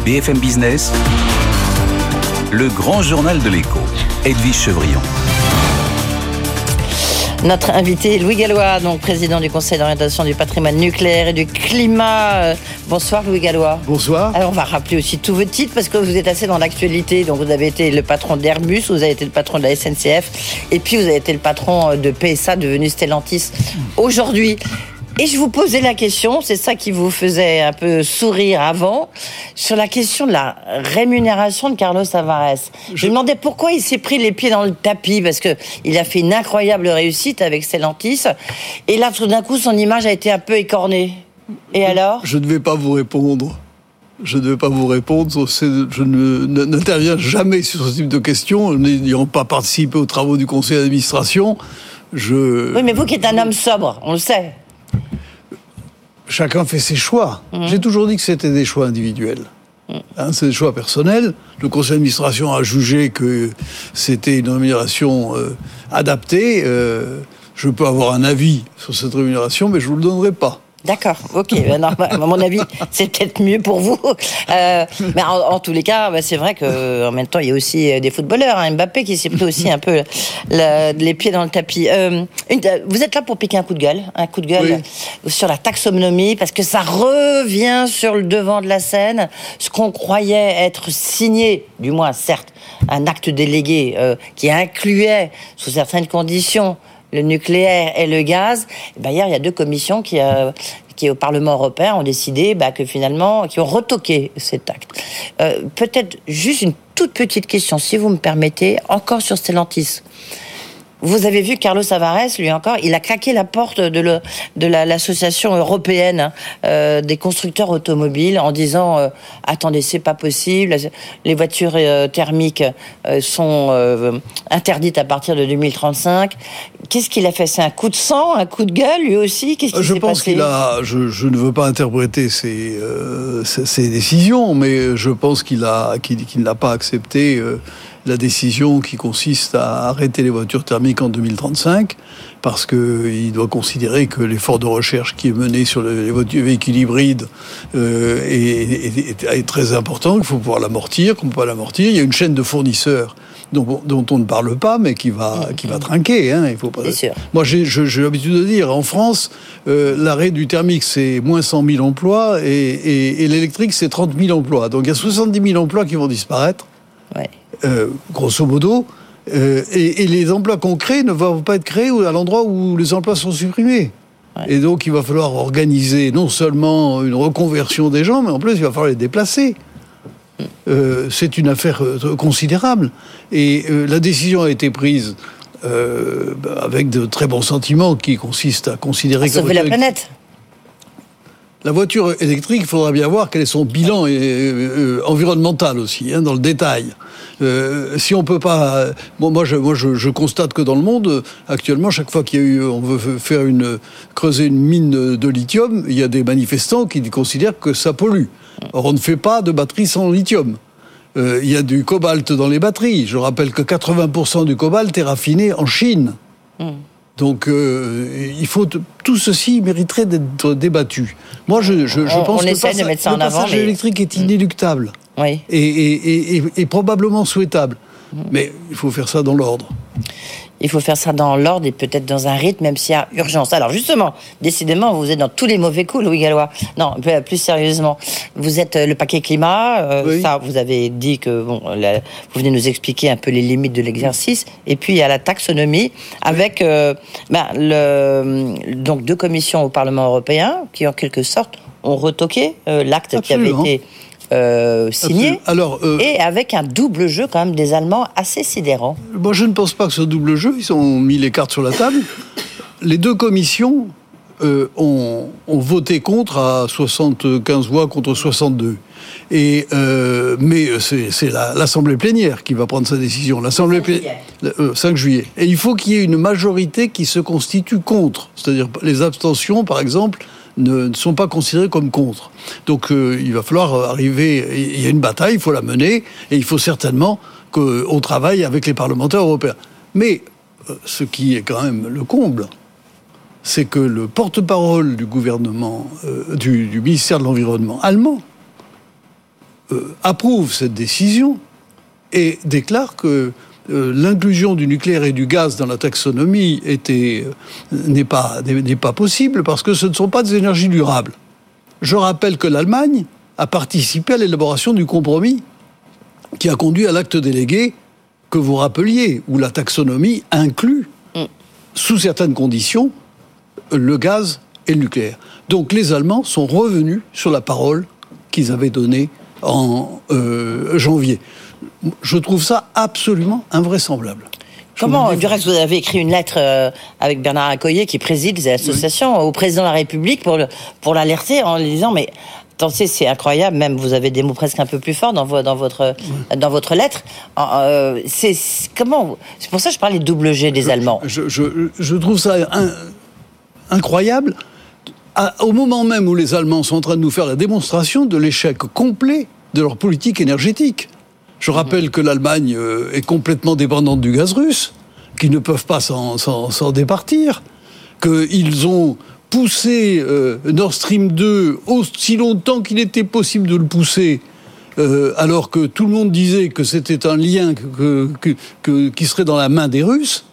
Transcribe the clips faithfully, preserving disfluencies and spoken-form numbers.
B F M Business, le grand journal de l'écho, Edwige Chevrillon. Notre invité, Louis Gallois, donc président du Conseil d'orientation du patrimoine nucléaire et du climat. Bonsoir Louis Gallois. Bonsoir. Alors on va rappeler aussi tous vos titres parce que vous êtes assez dans l'actualité. Donc vous avez été le patron d'Airbus, vous avez été le patron de la S N C F et puis vous avez été le patron de P S A devenu Stellantis aujourd'hui. Et je vous posais la question, c'est ça qui vous faisait un peu sourire avant, sur la question de la rémunération de Carlos Tavares. Je, je me demandais pourquoi il s'est pris les pieds dans le tapis, parce que il a fait une incroyable réussite avec Stellantis, et là tout d'un coup son image a été un peu écornée. Et alors ? Je ne vais pas vous répondre. Je ne vais pas vous répondre. Je ne, n'interviens jamais sur ce type de questions, n'ayant pas participé aux travaux du conseil d'administration. Je... Oui, mais vous qui êtes un homme sobre, on le sait. Chacun fait ses choix. Mmh. J'ai toujours dit que c'était des choix individuels. Mmh. Hein, c'est des choix personnels. Le conseil d'administration a jugé que c'était une rémunération euh, adaptée. Euh, je peux avoir un avis sur cette rémunération, mais je ne vous le donnerai pas. D'accord, ok. Non, à mon avis, c'est peut-être mieux pour vous. Euh, mais en, en tous les cas, bah, c'est vrai qu'en même temps, il y a aussi des footballeurs. Hein, Mbappé qui s'est pris aussi un peu la, les pieds dans le tapis. Euh, une, vous êtes là pour piquer un coup de gueule, un coup de gueule oui. sur la taxonomie, parce que ça revient sur le devant de la scène. Ce qu'on croyait être signé, du moins certes, un acte délégué euh, qui incluait, sous certaines conditions, le nucléaire et le gaz, ben hier, il y a deux commissions qui, euh, qui au Parlement européen, ont décidé bah, que finalement, qui ont retoqué cet acte. Euh, peut-être juste une toute petite question, si vous me permettez, encore sur Stellantis. Vous avez vu Carlos Tavares, lui encore, il a claqué la porte de, le, de la, l'association européenne euh, des constructeurs automobiles en disant euh, « Attendez, c'est pas possible, les voitures euh, thermiques euh, sont euh, interdites à partir de deux mille trente-cinq » Qu'est-ce qu'il a fait ? C'est un coup de sang, un coup de gueule, lui aussi ? Qu'est-ce qui je s'est pense passé ? qu'il a, je, je ne veux pas interpréter ses, euh, ses, ses décisions, mais je pense qu'il, a, qu'il, qu'il n'a pas accepté... Euh, la décision qui consiste à arrêter les voitures thermiques en deux mille trente-cinq, parce qu'il doit considérer que l'effort de recherche qui est mené sur les voitures, véhicules hybrides euh, est, est, est très important, qu'il faut pouvoir l'amortir, qu'on ne peut pas l'amortir. Il y a une chaîne de fournisseurs dont, dont on ne parle pas, mais qui va, mmh. qui va trinquer. Hein, il faut pas... Bien sûr. Moi, j'ai, je, j'ai l'habitude de dire, en France, euh, l'arrêt du thermique, c'est moins cent mille emplois, et, et, et l'électrique, c'est trente mille emplois. Donc il y a soixante-dix mille emplois qui vont disparaître. Ouais. Euh, grosso modo, euh, et, et les emplois qu'on crée ne vont pas être créés à l'endroit où les emplois sont supprimés. Ouais. Et donc, il va falloir organiser non seulement une reconversion des gens, mais en plus, il va falloir les déplacer. Mm. Euh, c'est une affaire euh, considérable. Et euh, la décision a été prise euh, avec de très bons sentiments qui consistent à considérer... À sauver la planète. La voiture électrique, il faudra bien voir quel est son bilan et, euh, environnemental aussi, hein, dans le détail. Euh, si on peut pas, bon, moi, je, moi, je, je constate que dans le monde, actuellement, chaque fois qu'il y a eu, on veut faire une creuser une mine de lithium, il y a des manifestants qui considèrent que ça pollue. Or, on ne fait pas de batteries sans lithium. Euh, il y a du cobalt dans les batteries. Je rappelle que quatre-vingts pour cent du cobalt est raffiné en Chine. Mm. Donc, euh, il faut t- tout ceci mériterait d'être débattu. Moi, je, je, je on, pense on que essaie le, de mettre ça le en avant, passage mais... électrique est inéluctable. Oui. Et, et, et, et probablement souhaitable. Mmh. Mais il faut faire ça dans l'ordre. Il faut faire ça dans l'ordre et peut-être dans un rythme, même s'il y a urgence. Alors justement, décidément, vous êtes dans tous les mauvais coups, Louis Gallois. Non, plus sérieusement, vous êtes le paquet climat. Euh, oui. Ça, vous avez dit que bon, la, vous venez nous expliquer un peu les limites de l'exercice. Et puis il y a la taxonomie avec oui. euh, ben, le, donc deux commissions au Parlement européen qui, en quelque sorte, ont retoqué euh, l'acte Absolument. qui avait été Euh, signé, Alors, euh, et avec un double jeu quand même des Allemands assez sidérant. Moi, je ne pense pas que ce double jeu, ils ont mis les cartes sur la table. Les deux commissions euh, ont, ont voté contre à soixante-quinze voix contre soixante-deux. Et, euh, mais c'est, c'est la, l'Assemblée plénière qui va prendre sa décision. L'Assemblée plénière, euh, cinq juillet. Et il faut qu'il y ait une majorité qui se constitue contre. C'est-à-dire les abstentions, par exemple, ne, ne sont pas considérés comme contre. Donc euh, il va falloir arriver, il y a une bataille, il faut la mener, et il faut certainement qu'on travaille avec les parlementaires européens. Mais euh, ce qui est quand même le comble, c'est que le porte-parole du gouvernement, euh, du, du ministère de l'Environnement allemand, euh, approuve cette décision et déclare que euh, l'inclusion du nucléaire et du gaz dans la taxonomie était, euh, n'est pas, n'est pas possible parce que ce ne sont pas des énergies durables. Je rappelle que l'Allemagne a participé à l'élaboration du compromis qui a conduit à l'acte délégué que vous rappeliez, où la taxonomie inclut, mm. sous certaines conditions, le gaz et le nucléaire. Donc les Allemands sont revenus sur la parole qu'ils avaient donnée en euh, janvier. Je trouve ça absolument invraisemblable. Comment, du reste, vous avez écrit une lettre euh, avec Bernard Accoyer, qui préside les associations, oui. au président de la République pour, le, pour l'alerter en lui disant, mais attendez, c'est incroyable, même vous avez des mots presque un peu plus forts dans, vo- dans, votre, oui. dans votre lettre. Euh, c'est, c'est, comment, c'est pour ça que je parlais de double G des je, Allemands. Je, je, je trouve ça un, incroyable. À, au moment même où les Allemands sont en train de nous faire la démonstration de l'échec complet de leur politique énergétique. Je rappelle que l'Allemagne est complètement dépendante du gaz russe, qu'ils ne peuvent pas s'en, s'en, s'en départir, qu'ils ont poussé euh, Nord Stream deux aussi longtemps qu'il était possible de le pousser, euh, alors que tout le monde disait que c'était un lien que, que, que, qui serait dans la main des Russes.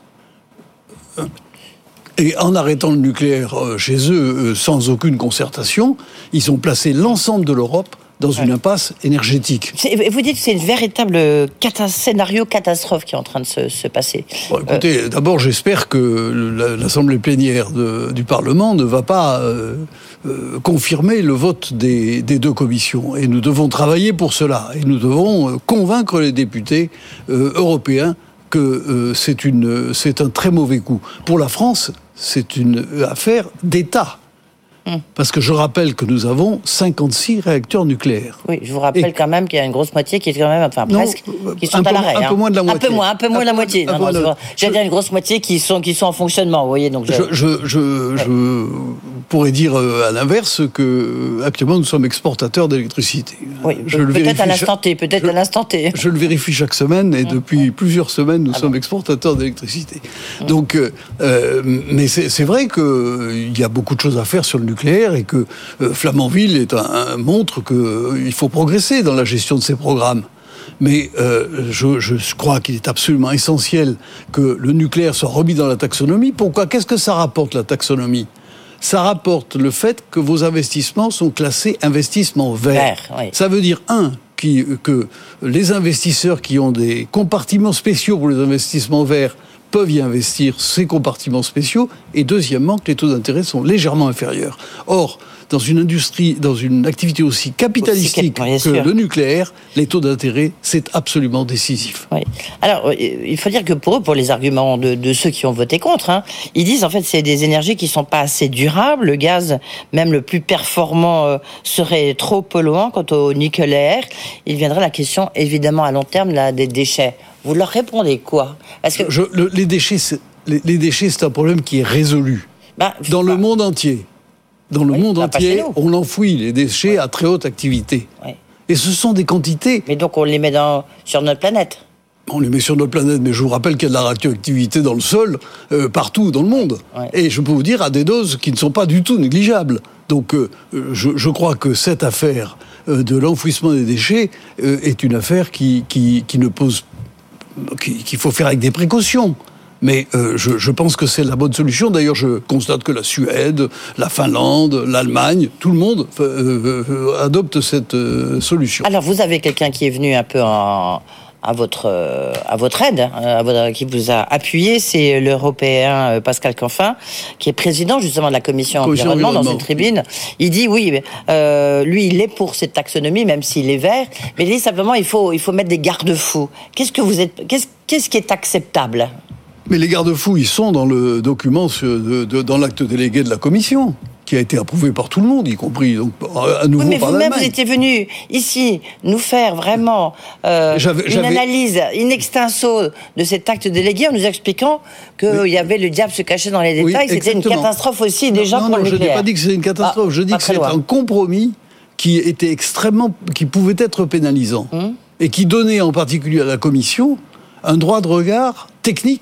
Et en arrêtant le nucléaire chez eux, sans aucune concertation, ils ont placé l'ensemble de l'Europe dans une ouais. impasse énergétique. C'est, vous dites que c'est une véritable cata- scénario catastrophe qui est en train de se, se passer. Bon, écoutez, euh... d'abord, j'espère que la, l'Assemblée plénière de, du Parlement ne va pas euh, euh, confirmer le vote des, des deux commissions. Et nous devons travailler pour cela. Et nous devons convaincre les députés euh, européens que euh, c'est, une, c'est un très mauvais coup. Pour la France, c'est une affaire d'État. Parce que je rappelle que nous avons cinquante-six réacteurs nucléaires. Oui, je vous rappelle et... quand même qu'il y a une grosse moitié qui est quand même, enfin non, presque, qui sont à l'arrêt. Un hein. peu moins de la moitié. Un peu moins, un peu moins de la moitié. Non, non, non, j'allais dire une grosse moitié qui sont, qui sont en fonctionnement, vous voyez. Donc je, je, je, je, ouais. je pourrais dire à l'inverse que actuellement nous sommes exportateurs d'électricité. Oui, je peut, le peut-être à l'instant T, peut-être je, à l'instant T. Je le vérifie chaque semaine et mmh. depuis plusieurs semaines nous ah sommes bon. exportateurs d'électricité. Mmh. Donc, euh, mais c'est, c'est vrai qu'il y a beaucoup de choses à faire sur le nucléaire et que Euh, Flamanville est un, un montre qu'il euh, faut progresser dans la gestion de ces programmes. Mais euh, je, je crois qu'il est absolument essentiel que le nucléaire soit remis dans la taxonomie. Pourquoi ? Qu'est-ce que ça rapporte, la taxonomie ? Ça rapporte le fait que vos investissements sont classés investissements verts. Vert, oui. Ça veut dire, un, qui, que les investisseurs qui ont des compartiments spéciaux pour les investissements verts peuvent y investir ces compartiments spéciaux, et deuxièmement, que les taux d'intérêt sont légèrement inférieurs. Or, dans une industrie, dans une activité aussi capitalistique aussi, que sûr. le nucléaire, les taux d'intérêt, c'est absolument décisif. Oui. Alors, il faut dire que pour eux, pour les arguments de, de ceux qui ont voté contre, hein, ils disent en fait c'est des énergies qui sont pas assez durables. Le gaz, même le plus performant, euh, serait trop polluant. Quant au nucléaire, il viendrait la question évidemment à long terme là, des déchets. Vous leur répondez quoi ? Parce que Je, le, les déchets, c'est, les, les déchets, c'est un problème qui est résolu bah, dans le monde entier. Dans le oui, monde entier, on enfouit les déchets oui. à très haute activité. Oui. Et ce sont des quantités... Mais donc on les met dans, sur notre planète. On les met sur notre planète, mais je vous rappelle qu'il y a de la radioactivité dans le sol, euh, partout dans le monde. Oui. Et je peux vous dire à des doses qui ne sont pas du tout négligeables. Donc euh, je, je crois que cette affaire euh, de l'enfouissement des déchets euh, est une affaire qui, qui, qui ne pose... Qui, qu'il faut faire avec des précautions. Mais euh, je, je pense que c'est la bonne solution. D'ailleurs, je constate que la Suède, la Finlande, l'Allemagne, tout le monde euh, euh, adopte cette euh, solution. Alors, vous avez quelqu'un qui est venu un peu en, à, votre, euh, à votre aide, hein, à votre, qui vous a appuyé, c'est l'Européen euh, Pascal Canfin, qui est président justement de la Commission, Commission environnement, environnement, dans une tribune. Il dit, oui, euh, lui, il est pour cette taxonomie, même s'il est vert, mais il dit simplement, il faut, il faut mettre des garde-fous. Qu'est-ce que vous êtes, qu'est-ce, qu'est-ce qui est acceptable ? Mais les garde-fous, ils sont dans le document, de, de, dans l'acte délégué de la Commission, qui a été approuvé par tout le monde, y compris donc, à nouveau oui, mais par vous-même, l'Allemagne. vous étiez venu ici nous faire vraiment euh, j'avais, une j'avais... analyse in extenso de cet acte délégué en nous expliquant qu'il oui. y avait le diable se cachait dans les détails. Oui, c'était une catastrophe aussi déjà non, pour non, le nucléaire. Je n'ai pas dit que c'était une catastrophe, ah, je dis que c'est loin. un compromis qui était extrêmement, qui pouvait être pénalisant hum. et qui donnait en particulier à la Commission un droit de regard technique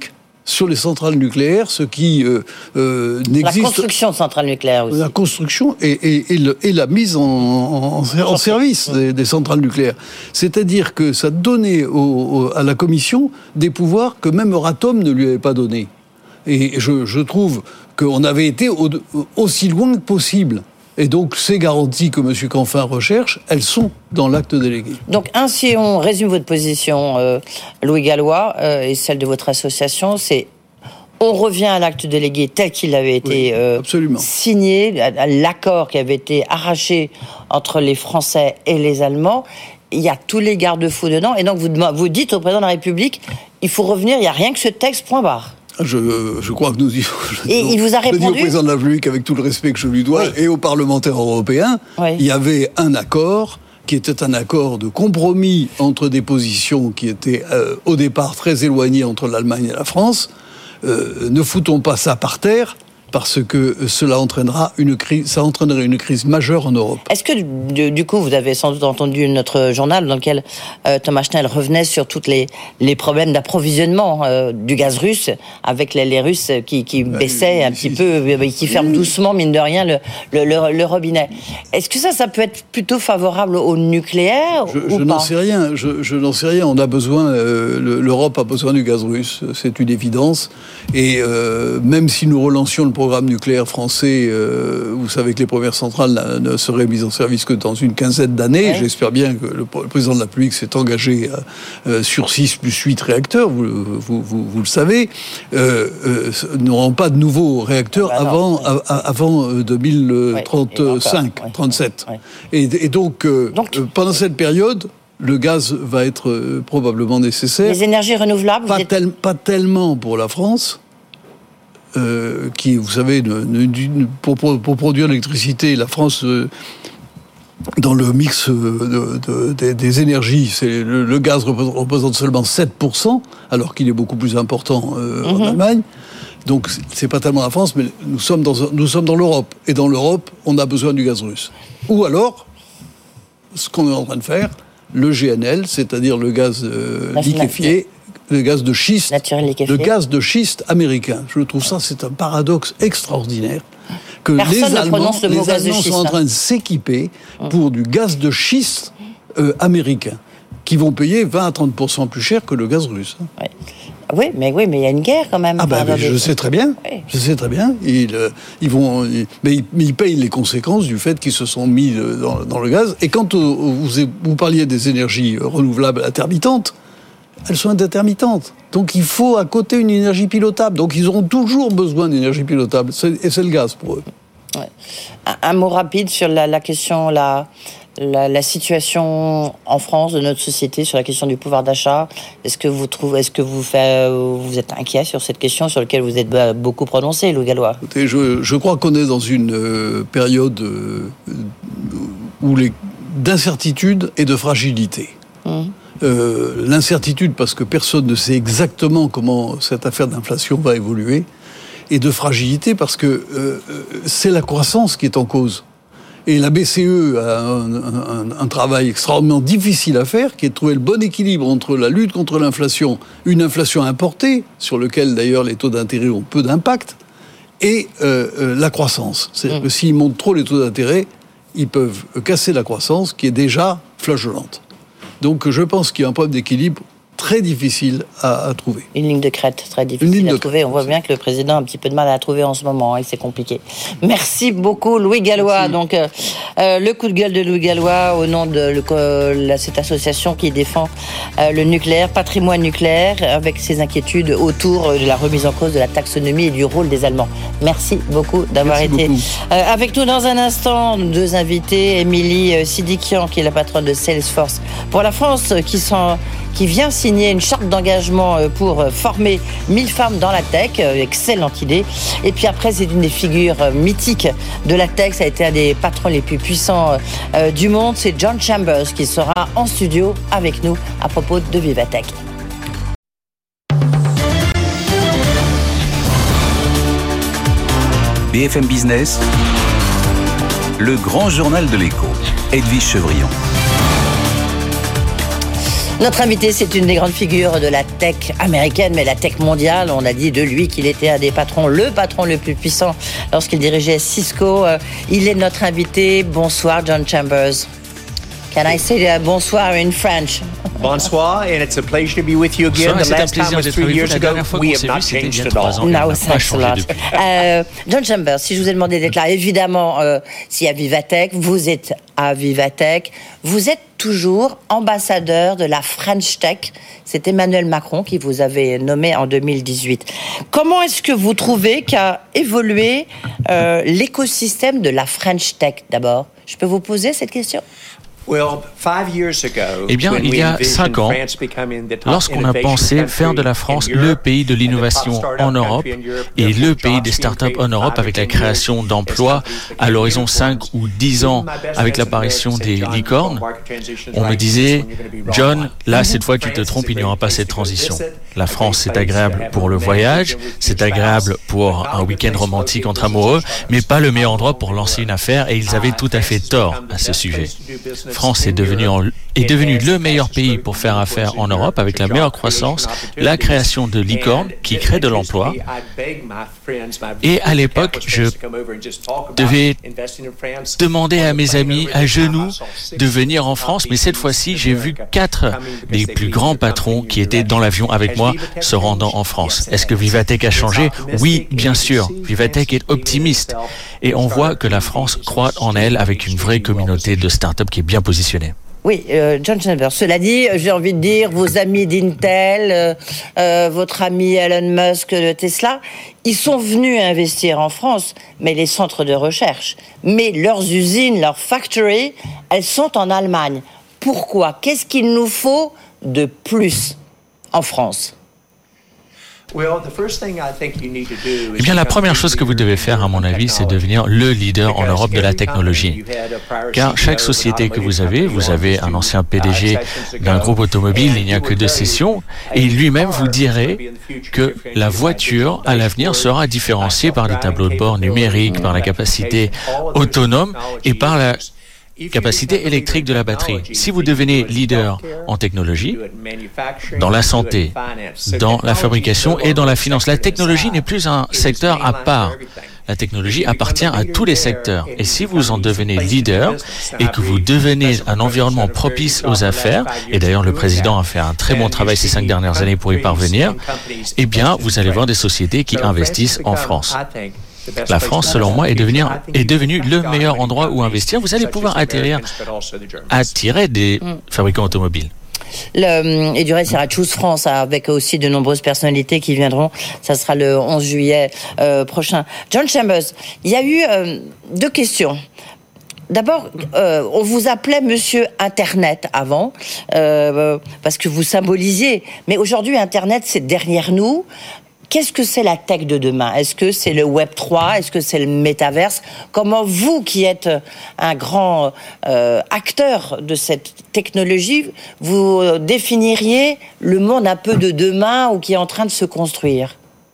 sur les centrales nucléaires, ce qui euh, euh, n'existe... La construction de centrales nucléaires aussi. La construction et, et, et, le, et la mise en, en, en service des, des centrales nucléaires. C'est-à-dire que ça donnait au, au, à la Commission des pouvoirs que même Euratom ne lui avait pas donnés. Et je, je trouve qu'on avait été au, aussi loin que possible. Et donc, ces garanties que M. Canfin recherche, elles sont dans l'acte délégué. Donc, ainsi, on résume votre position, euh, Louis Gallois, euh, et celle de votre association, c'est on revient à l'acte délégué tel qu'il avait été oui, euh, signé, à, à l'accord qui avait été arraché entre les Français et les Allemands. Il y a tous les garde-fous dedans. Et donc, vous, vous dites au président de la République, il faut revenir, il n'y a rien que ce texte, point barre. Je, je crois que nous y... Je, et il vous a répondu ? Je dis au président de la République, avec tout le respect que je lui dois, oui. et aux parlementaires européens, oui. il y avait un accord qui était un accord de compromis entre des positions qui étaient euh, au départ très éloignées entre l'Allemagne et la France. Euh, ne foutons pas ça par terre, parce que cela entraînera une crise, ça entraînerait une crise majeure en Europe. Est-ce que, du, du coup, vous avez sans doute entendu notre journal dans lequel euh, Thomas Schnell revenait sur tous les, les problèmes d'approvisionnement euh, du gaz russe, avec les, les Russes qui, qui baissaient un petit peu, qui ferment doucement, mine de rien, le, le, le, le robinet. Est-ce que ça, ça peut être plutôt favorable au nucléaire je, ou je pas ? n'en sais rien. Je, je n'en sais rien. On a besoin, euh, l'Europe a besoin du gaz russe, c'est une évidence. Et euh, même si nous relancions le programme nucléaire français, euh, vous savez que les premières centrales ne seraient mises en service que dans une quinzaine d'années. Ouais. J'espère bien que le, le président de la République s'est engagé euh, sur six plus huit réacteurs, vous, vous, vous, vous le savez. Euh, euh, n'auront pas de nouveaux réacteurs bah non, avant, ouais. a, avant deux mille trente-cinq, ouais, trente-sept. Ouais. Et, et donc, euh, donc, pendant cette période, le gaz va être euh, probablement nécessaire. Les énergies renouvelables Pas, êtes... tel, pas tellement pour la France. Euh, qui, vous savez, ne, ne, pour, pour, pour produire l'électricité, la France, euh, dans le mix de, de, de, des énergies, c'est, le, le gaz représente seulement sept pour cent, alors qu'il est beaucoup plus important euh, mm-hmm. en Allemagne. Donc, c'est pas tellement la France, mais nous sommes, dans, nous sommes dans l'Europe. Et dans l'Europe, on a besoin du gaz russe. Ou alors, ce qu'on est en train de faire, le G N L, c'est-à-dire le gaz euh, liquéfié, le gaz de schiste, le gaz de schiste américain. Je trouve ça, c'est un paradoxe extraordinaire que Personne les Allemands, le les Allemands sont en train de s'équiper pour du gaz de schiste euh, américain, qui vont payer vingt à trente pour cent plus cher que le gaz russe. Ouais. Oui, mais oui, mais il y a une guerre quand même. Ah ben, je des... sais très bien. Oui. Je sais très bien. Ils, ils vont, ils, mais ils, ils payent les conséquences du fait qu'ils se sont mis dans, dans le gaz. Et quand euh, vous, vous parliez des énergies renouvelables intermittentes, elles sont intermittentes. Donc il faut à côté une énergie pilotable. Donc ils auront toujours besoin d'énergie pilotable. C'est, et c'est le gaz pour eux. Ouais. Un, un mot rapide sur la, la question, la, la, la situation en France, de notre société, sur la question du pouvoir d'achat. Est-ce que vous trouvez, est-ce que vous, fait, vous êtes inquiet sur cette question sur laquelle vous êtes beaucoup prononcé, Louis Gallois ? Écoutez, je, je crois qu'on est dans une euh, période euh, où les, d'incertitude et de fragilité. Mmh. Euh, l'incertitude parce que personne ne sait exactement comment cette affaire d'inflation va évoluer, et de fragilité parce que euh, c'est la croissance qui est en cause. Et la B C E a un, un, un travail extrêmement difficile à faire, qui est de trouver le bon équilibre entre la lutte contre l'inflation, une inflation importée, sur laquelle d'ailleurs les taux d'intérêt ont peu d'impact, et euh, euh, la croissance. C'est-à-dire mmh. que s'ils montent trop les taux d'intérêt, ils peuvent casser la croissance qui est déjà flageolante. Donc je pense qu'il y a un problème d'équilibre très difficile à, à trouver. Une ligne de crête très difficile à trouver. On voit bien que le président a un petit peu de mal à la trouver en ce moment, et c'est compliqué. Merci beaucoup, Louis Gallois. Merci. Donc, euh, euh, le coup de gueule de Louis Gallois au nom de le, euh, cette association qui défend euh, le nucléaire, patrimoine nucléaire, avec ses inquiétudes autour de la remise en cause de la taxonomie et du rôle des Allemands. Merci beaucoup d'avoir Merci été beaucoup. Euh, avec nous dans un instant. Deux invités, Émilie Sidikian, qui est la patronne de Salesforce pour la France, qui sont qui vient signer une charte d'engagement pour former mille femmes dans la tech. Excellente idée. Et puis après, c'est une des figures mythiques de la tech. Ça a été un des patrons les plus puissants du monde. C'est John Chambers qui sera en studio avec nous à propos de Vivatech. B F M Business, le grand journal de l'écho. Edwige Chevrillon. Notre invité, c'est une des grandes figures de la tech américaine, mais la tech mondiale. On a dit de lui qu'il était un des patrons, le patron le plus puissant lorsqu'il dirigeait Cisco. Il est notre invité. Bonsoir, John Chambers. Can I say uh, bonsoir in French? Bonsoir, and it's a pleasure to be with you again. The last time was three years ago. We have not changed at all. No, thanks a lot. euh, John Chambers, si je vous ai demandé d'être là, évidemment, euh, si à Vivatech, vous êtes à Vivatech, vous êtes toujours ambassadeur de la French Tech. C'est Emmanuel Macron qui vous avait nommé en deux mille dix-huit. Comment est-ce que vous trouvez qu'a évolué euh, l'écosystème de la French Tech, d'abord? Je peux vous poser cette question? Eh bien, il y a cinq ans, lorsqu'on a pensé faire de la France le pays de l'innovation en Europe et le pays des startups en Europe avec la création d'emplois à l'horizon cinq ou dix ans avec l'apparition des licornes, on me disait « John, là, cette fois, tu te trompes, il n'y aura pas cette transition. La France, c'est agréable pour le voyage, c'est agréable pour un week-end romantique entre amoureux, mais pas le meilleur endroit pour lancer une affaire » et ils avaient tout à fait tort à ce sujet. France est devenue, en, est devenue le meilleur pays pour faire affaire en Europe avec la meilleure croissance, la création de licornes qui créent de l'emploi. Et à l'époque, je devais demander à mes amis à genoux de venir en France, mais cette fois-ci, j'ai vu quatre des plus grands patrons qui étaient dans l'avion avec moi se rendant en France. Est-ce que Vivatech a changé? Oui, bien sûr. Vivatech est optimiste. Et on voit que la France croît en elle avec une vraie communauté de start-up qui est bien positionnée. Oui, euh, John Chambers. Cela dit, j'ai envie de dire, vos amis d'Intel, euh, euh, votre ami Elon Musk de Tesla, ils sont venus investir en France, mais les centres de recherche, mais leurs usines, leurs factories, elles sont en Allemagne. Pourquoi? Qu'est-ce qu'il nous faut de plus en France? Eh bien, la première chose que vous devez faire, à mon avis, c'est devenir le leader en Europe de la technologie. Car chaque société que vous avez, vous avez un ancien P D G d'un groupe automobile, il n'y a que deux sessions, et lui-même vous dirait que la voiture, à l'avenir, sera différenciée par des tableaux de bord numériques, par la capacité autonome et par la capacité électrique de la batterie. Si vous devenez leader en technologie, dans la santé, dans la fabrication et dans la finance, la technologie n'est plus un secteur à part. La technologie appartient à tous les secteurs. Et si vous en devenez leader et que vous devenez un environnement propice aux affaires, et d'ailleurs le président a fait un très bon travail ces cinq dernières années pour y parvenir, eh bien vous allez voir des sociétés qui investissent en France. La France, selon moi, est devenue, est devenue le meilleur endroit où investir. Vous allez pouvoir atterrir, attirer des fabricants automobiles. Le, et du reste, il y aura Choose France avec aussi de nombreuses personnalités qui viendront. Ça sera le onze juillet euh, prochain. John Chambers, il y a eu euh, deux questions. D'abord, euh, on vous appelait Monsieur Internet avant, euh, parce que vous symbolisiez. Mais aujourd'hui, Internet, c'est derrière nous. Qu'est-ce que c'est la tech de demain? Est-ce que c'est le Web trois? Est-ce que c'est le métaverse? Comment vous, qui êtes un grand euh, acteur de cette technologie, vous définiriez le monde un peu de demain ou qui est en train de se construire?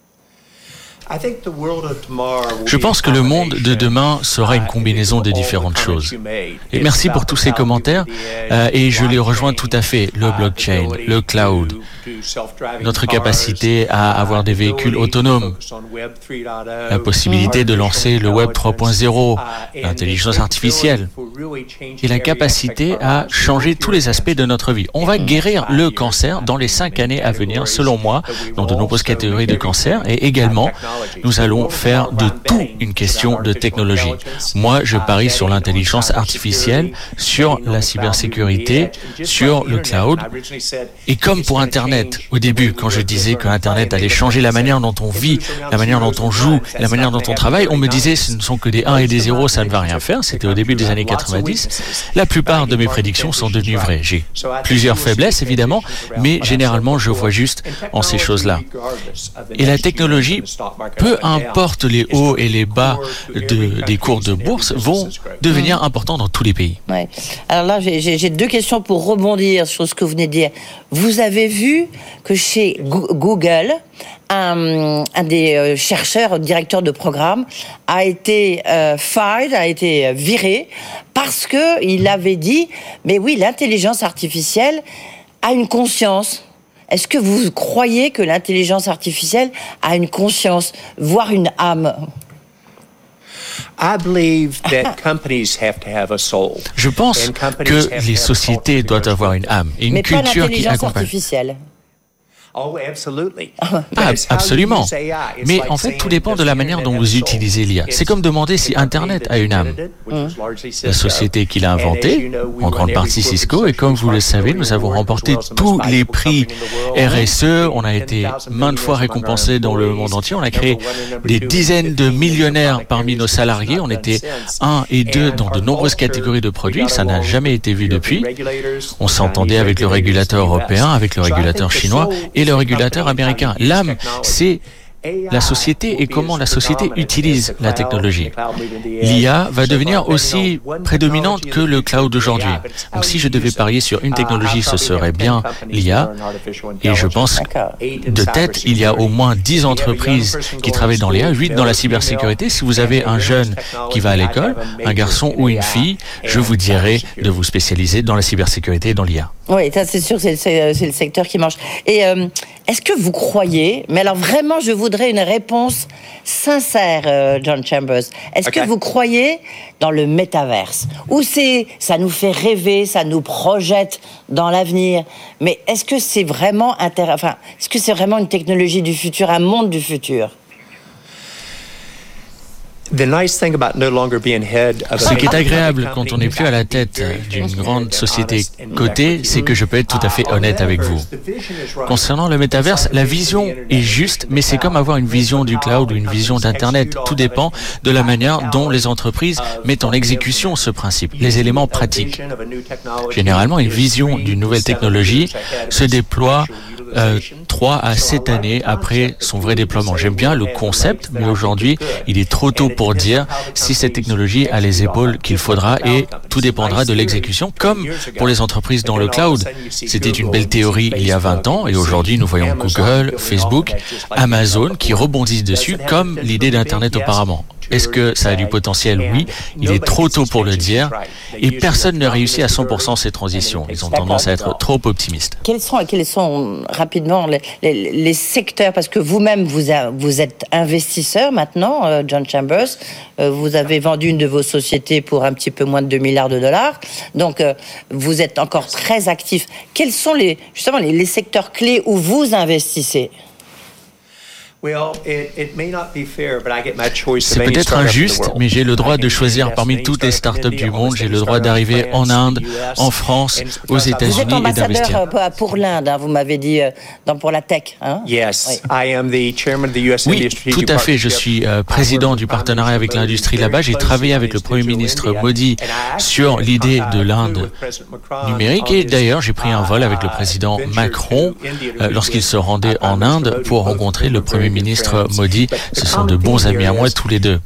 Je pense que le monde de demain sera une combinaison de différentes choses. Et merci pour tous ces commentaires. Euh, et je les rejoins tout à fait. Le blockchain, le cloud, notre capacité à avoir des véhicules autonomes, la possibilité de lancer le Web trois point zéro, l'intelligence artificielle et la capacité à changer tous les aspects de notre vie. On va guérir le cancer dans les cinq années à venir, selon moi, dans de nombreuses catégories de cancer et également nous allons faire de tout une question de technologie. Moi, je parie sur l'intelligence artificielle, sur la cybersécurité, sur le cloud. Et comme pour Internet, au début, quand je disais que Internet allait changer la manière dont on vit, la manière dont on joue, la manière dont on travaille, on me disait ce ne sont que des un et des zéro, ça ne va rien faire. C'était au début des années quatre-vingt-dix. La plupart de mes prédictions sont devenues vraies. J'ai plusieurs faiblesses, évidemment, mais généralement, je vois juste en ces choses-là. Et la technologie, peu importe les hauts et les bas de, des cours de bourse, vont devenir importants dans tous les pays. Ouais. Alors là, j'ai, j'ai deux questions pour rebondir sur ce que vous venez de dire. Vous avez vu que chez Google, un, un des chercheurs, directeur de programme, a été euh, fired, a été viré parce que il avait dit, mais oui, l'intelligence artificielle a une conscience. Est-ce que vous croyez que l'intelligence artificielle a une conscience, voire une âme ? Je pense que les sociétés doivent avoir une âme et une Mais culture pas qui l'intelligence accompagne. artificielle. Ah, absolument. Mais en fait, tout dépend de la manière dont vous utilisez l'I A. C'est comme demander si Internet a une âme. La société qui l'a inventé, en grande partie Cisco, et comme vous le savez, nous avons remporté tous les prix R S E. On a été maintes fois récompensés dans le monde entier. On a créé des dizaines de millionnaires parmi nos salariés. On était un et deux dans de nombreuses catégories de produits. Ça n'a jamais été vu depuis. On s'entendait avec le régulateur européen, avec le régulateur chinois et le régulateur américain. L'âme, c'est la société et comment la société utilise la technologie. L'I A va devenir aussi prédominante que le cloud aujourd'hui. Donc si je devais parier sur une technologie, ce serait bien l'I A. Et je pense, de tête, il y a au moins dix entreprises qui travaillent dans l'I A, huit dans la cybersécurité. Si vous avez un jeune qui va à l'école, un garçon ou une fille, je vous dirais de vous spécialiser dans la cybersécurité et dans l'I A. Oui, ça c'est sûr, c'est le, c'est le secteur qui mange. Et euh, est-ce que vous croyez, mais alors vraiment je voudrais une réponse sincère, euh, John Chambers, est-ce okay. que vous croyez dans le métaverse? Ou c'est, ça nous fait rêver, ça nous projette dans l'avenir, mais est-ce que c'est vraiment intér... enfin, est-ce que c'est vraiment une technologie du futur, un monde du futur? Ce qui est agréable quand on n'est plus à la tête d'une grande société cotée, c'est que je peux être tout à fait honnête avec vous. Concernant le métaverse, la vision est juste, mais c'est comme avoir une vision du cloud ou une vision d'Internet. Tout dépend de la manière dont les entreprises mettent en exécution ce principe, les éléments pratiques. Généralement, une vision d'une nouvelle technologie se déploie Euh, trois à sept années après son vrai déploiement. J'aime bien le concept, mais aujourd'hui, il est trop tôt pour dire si cette technologie a les épaules qu'il faudra et tout dépendra de l'exécution. Comme pour les entreprises dans le cloud, c'était une belle théorie il y a vingt ans et aujourd'hui, nous voyons Google, Facebook, Amazon qui rebondissent dessus comme l'idée d'Internet auparavant. Est-ce que ça a du potentiel? Oui. Il est trop tôt pour le dire. Et personne ne réussit à cent pour cent ces transitions. Ils ont tendance à être trop optimistes. Quels sont, quels sont rapidement les, les, les secteurs? Parce que vous-même, vous, a, vous êtes investisseur maintenant, euh, John Chambers. Euh, vous avez vendu une de vos sociétés pour un petit peu moins de deux milliards de dollars. Donc, euh, vous êtes encore très actif. Quels sont les, justement les, les secteurs clés où vous investissez? C'est peut-être injuste, mais j'ai le droit de choisir parmi toutes les startups du monde. J'ai le droit d'arriver en Inde, en France, aux États-Unis et d'investir. Vous êtes ambassadeur pour l'Inde, hein, vous m'avez dit, dans, pour la tech. Hein? Yes, I am the chairman of the U S Oui, tout à fait. Je suis euh, président du partenariat avec l'industrie là-bas. J'ai travaillé avec le Premier ministre Modi sur l'idée de l'Inde numérique. Et d'ailleurs, j'ai pris un vol avec le président Macron euh, lorsqu'il se rendait en Inde pour rencontrer le Premier ministre Modi. Ce sont de bons amis à moi tous les deux.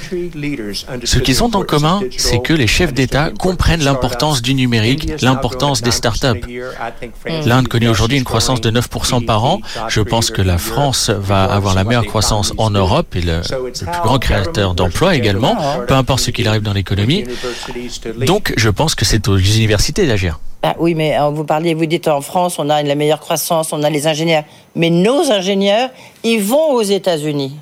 Ce qu'ils ont en commun, c'est que les chefs d'État comprennent l'importance du numérique, l'importance des startups. L'Inde connaît aujourd'hui une croissance de neuf pour cent par an. Je pense que la France va avoir la meilleure croissance en Europe et le, le plus grand créateur d'emplois également, peu importe ce qu'il arrive dans l'économie. Donc, je pense que c'est aux universités d'agir. Ah oui, mais vous parliez, vous dites en France, on a la meilleure croissance, on a les ingénieurs. Mais nos ingénieurs, ils vont aux États-Unis.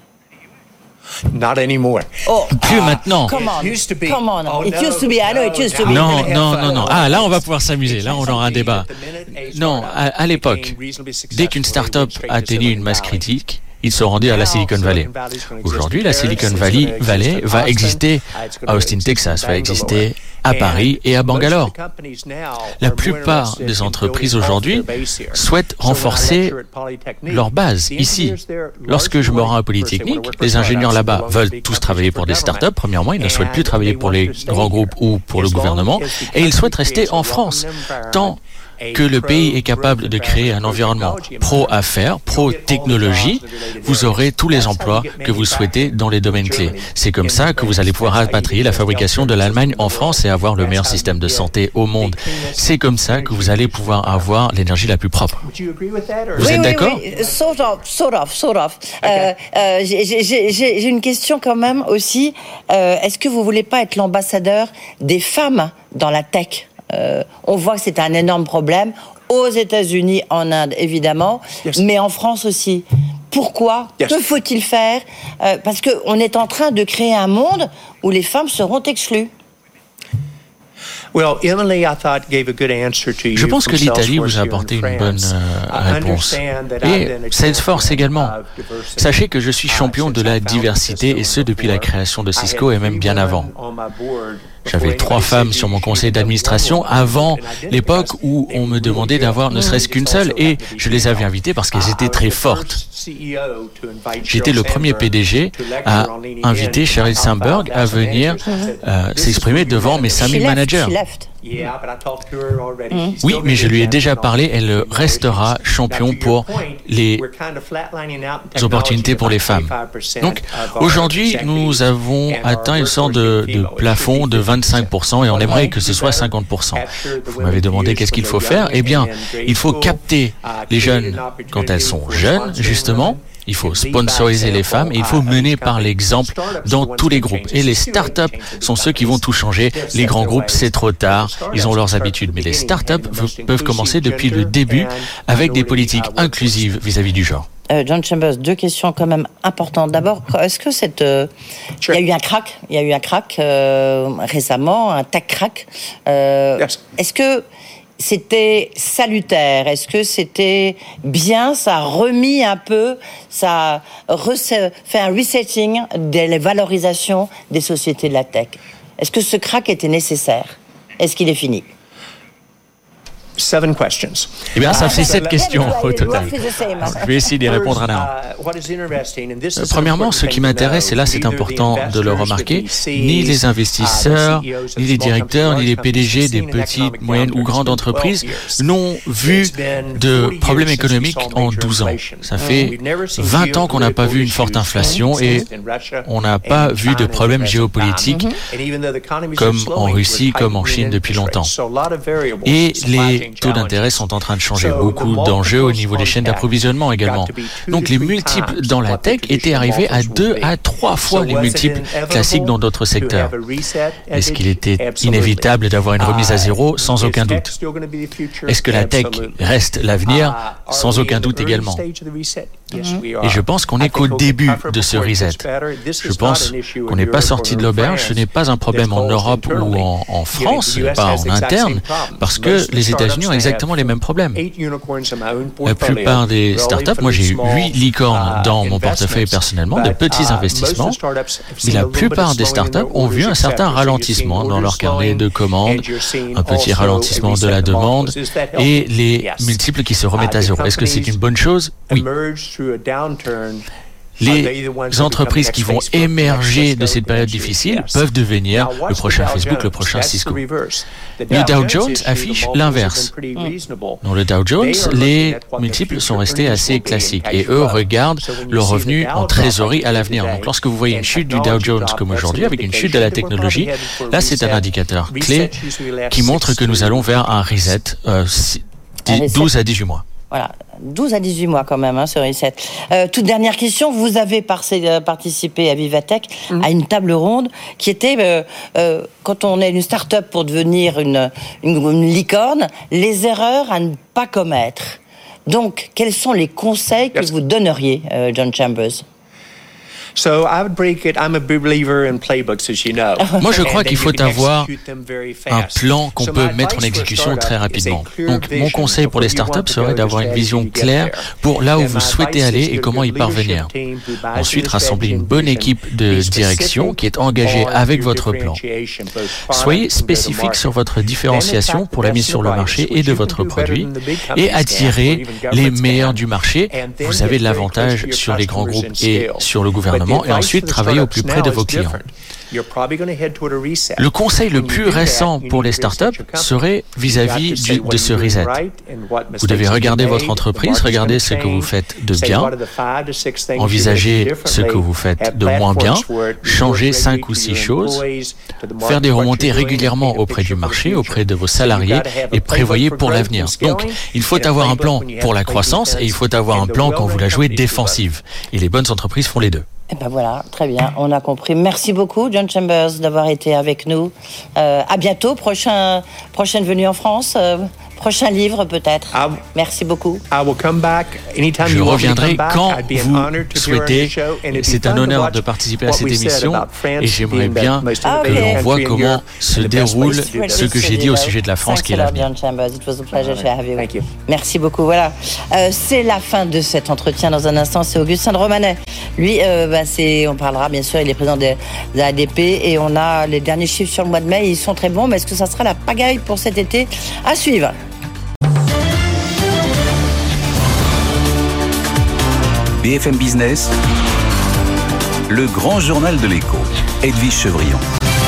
Not anymore. Oh, plus maintenant. Come on, come on. It used to be. I know it used to be. Non, non, non, non. Ah, là, on va pouvoir s'amuser. Là, on aura un débat. Non, à, à l'époque, dès qu'une start-up atteignait une masse critique, il se rendait à la Silicon Valley. Aujourd'hui, la Silicon Valley, Valley va exister à Austin, Texas, va exister à Paris et à Bangalore. La plupart des entreprises aujourd'hui souhaitent renforcer leur base ici. Lorsque je me rends à Polytechnique, les ingénieurs là-bas veulent tous travailler pour des startups. Premièrement, ils ne souhaitent plus travailler pour les grands groupes ou pour le gouvernement et ils souhaitent rester en France. Tant que le pays est capable de créer un environnement pro-affaires, pro-technologie, vous aurez tous les emplois que vous souhaitez dans les domaines clés. C'est comme ça que vous allez pouvoir rapatrier la fabrication de l'Allemagne en France et avoir le meilleur système de santé au monde. C'est comme ça que vous allez pouvoir avoir l'énergie la plus propre. Vous oui, êtes oui, d'accord? Oui, sort of, sort of, sort of. Okay. Euh, euh, j'ai, j'ai, j'ai une question quand même aussi. Euh, est-ce que vous voulez pas être l'ambassadeur des femmes dans la tech? Euh, on voit que c'est un énorme problème. aux États-Unis, en Inde, évidemment, yes. mais en France aussi. Pourquoi ? Yes. Que faut-il faire ? euh, Parce qu'on est en train de créer un monde où les femmes seront exclues. Je pense que l'Italie vous a apporté une bonne euh, réponse. Et Salesforce également. Sachez que je suis champion de la diversité, et ce depuis la création de Cisco et même bien avant. J'avais trois femmes sur mon conseil d'administration avant l'époque où on me demandait d'avoir ne serait-ce qu'une seule, et je les avais invitées parce qu'elles étaient très fortes. J'étais le premier P D G à inviter Sheryl Sandberg à venir euh, s'exprimer devant mes cinq mille managers. Oui, mais je lui ai déjà parlé, elle restera champion pour les opportunités pour les femmes. Donc, aujourd'hui, nous avons atteint une sorte de, de plafond de vingt-cinq pour cent et on aimerait que ce soit cinquante pour cent. Vous m'avez demandé qu'est-ce qu'il faut faire ? Eh bien, il faut capter les jeunes quand elles sont jeunes, justement. Il faut sponsoriser les femmes et il faut mener par l'exemple dans tous les groupes. Et les startups sont ceux qui vont tout changer. Les grands groupes, c'est trop tard. Ils ont leurs habitudes. Mais les startups peuvent commencer depuis le début avec des politiques inclusives vis-à-vis du genre. Euh, John Chambers, deux questions quand même importantes. D'abord, est-ce que cette, euh, il y a eu un crack, il y a eu un crack euh, récemment, un tech crack. Euh, yes. Est-ce que c'était salutaire? Est-ce que c'était bien? Ça a remis un peu, ça a fait un resetting des valorisations des sociétés de la tech. Est-ce que ce crack était nécessaire? Est-ce qu'il est fini? Seven questions. Eh bien, ça fait sept questions au total. Je vais essayer d'y répondre à l'un. Premièrement, ce qui m'intéresse, et là c'est important de le remarquer, ni les investisseurs, ni les directeurs, ni les P D G des petites, moyennes ou grandes entreprises n'ont vu de problèmes économiques en douze ans. Ça fait vingt ans qu'on n'a pas vu une forte inflation et on n'a pas vu de problèmes géopolitiques comme en Russie, comme en Chine depuis longtemps. Et les taux d'intérêt sont en train de changer. Beaucoup d'enjeux au niveau des chaînes d'approvisionnement également. Donc les multiples dans la tech étaient arrivés à deux à trois fois les multiples classiques dans d'autres secteurs. Est-ce qu'il était inévitable d'avoir une remise à zéro? Sans aucun doute. Est-ce que la tech reste l'avenir? Sans aucun doute également. Et je pense qu'on n'est qu'au début de ce reset. Je pense qu'on n'est pas sorti de l'auberge. Ce n'est pas un problème en Europe ou en, en France, pas en interne, parce que les États-Unis ont exactement les mêmes problèmes. La plupart des startups, moi j'ai eu huit licornes dans mon portefeuille personnellement, de petits investissements, mais la plupart des startups ont vu un certain ralentissement dans leur carnet de commandes, un petit ralentissement de la demande et les multiples qui se remettent à zéro. Est-ce que c'est une bonne chose? Oui. Les entreprises qui vont émerger de cette période difficile peuvent devenir le prochain Facebook, le prochain Cisco. Le Dow Jones affiche l'inverse. Dans le Dow Jones, les multiples sont restés assez classiques et eux regardent leurs revenus en trésorerie à l'avenir. Donc lorsque vous voyez une chute du Dow Jones comme aujourd'hui, avec une chute de la technologie, là c'est un indicateur clé qui montre que nous allons vers un reset euh, douze à dix-huit mois. Voilà, douze à dix-huit mois quand même, hein, ce reset. Euh, toute dernière question, vous avez par- participé à Vivatech mmh. à une table ronde qui était, euh, euh, quand on est une start-up pour devenir une, une, une licorne, les erreurs à ne pas commettre. Donc, quels sont les conseils que vous donneriez, euh, John Chambers? Moi, je crois qu'il faut avoir un plan qu'on peut mettre en exécution très rapidement. Donc, mon conseil pour les startups serait d'avoir une vision claire pour là où vous souhaitez aller et comment y parvenir. Ensuite, rassembler une bonne équipe de direction qui est engagée avec votre plan. Soyez spécifique sur votre différenciation pour la mise sur le marché et de votre produit et attirez les meilleurs du marché. Vous avez l'avantage sur les grands groupes et sur le gouvernement. Et ensuite travailler au plus près de vos clients. Le conseil le plus récent pour les startups serait vis-à-vis du, de ce reset. Vous devez regarder votre entreprise, regarder ce que vous faites de bien, envisager ce que vous faites de moins bien, changer cinq ou six choses, faire des remontées régulièrement auprès du marché, auprès de vos salariés et prévoyez pour l'avenir. Donc, il faut avoir un plan pour la croissance et il faut avoir un plan quand vous la jouez défensive. Et les bonnes entreprises font les deux. Eh ben voilà, très bien, on a compris. Merci beaucoup, John Chambers, d'avoir été avec nous. Euh, à bientôt, prochain, prochaine venue en France. Euh, Prochain livre peut-être. I'll, Merci beaucoup. I will come back anytime Je you want me to reviendrai come back. quand I'd be an vous honor to appear on souhaitez. your show, and it'd be C'est un fun to honneur watch de participer à what cette we said émission about France et j'aimerais being the bien most Ah, que ok. innovative l'on voit country in comment Europe se and the best déroule place to do ce that. que j'ai dit au sujet de la France qui est l'avenir. Thanks a lot, Bjorn Chambers. It was a pleasure to have you. Thank you. Merci beaucoup. Voilà, euh, c'est la fin de cet entretien. Dans un instant, c'est Augustin de Romanet. Lui, euh, bah, c'est, on parlera bien sûr. Il est président de, de A D P et on a les derniers chiffres sur le mois de mai. Ils sont très bons, mais est-ce que ça sera la pagaille pour cet été? À suivre. B F M Business, le grand journal de l'écho, Edwige Chevrillon.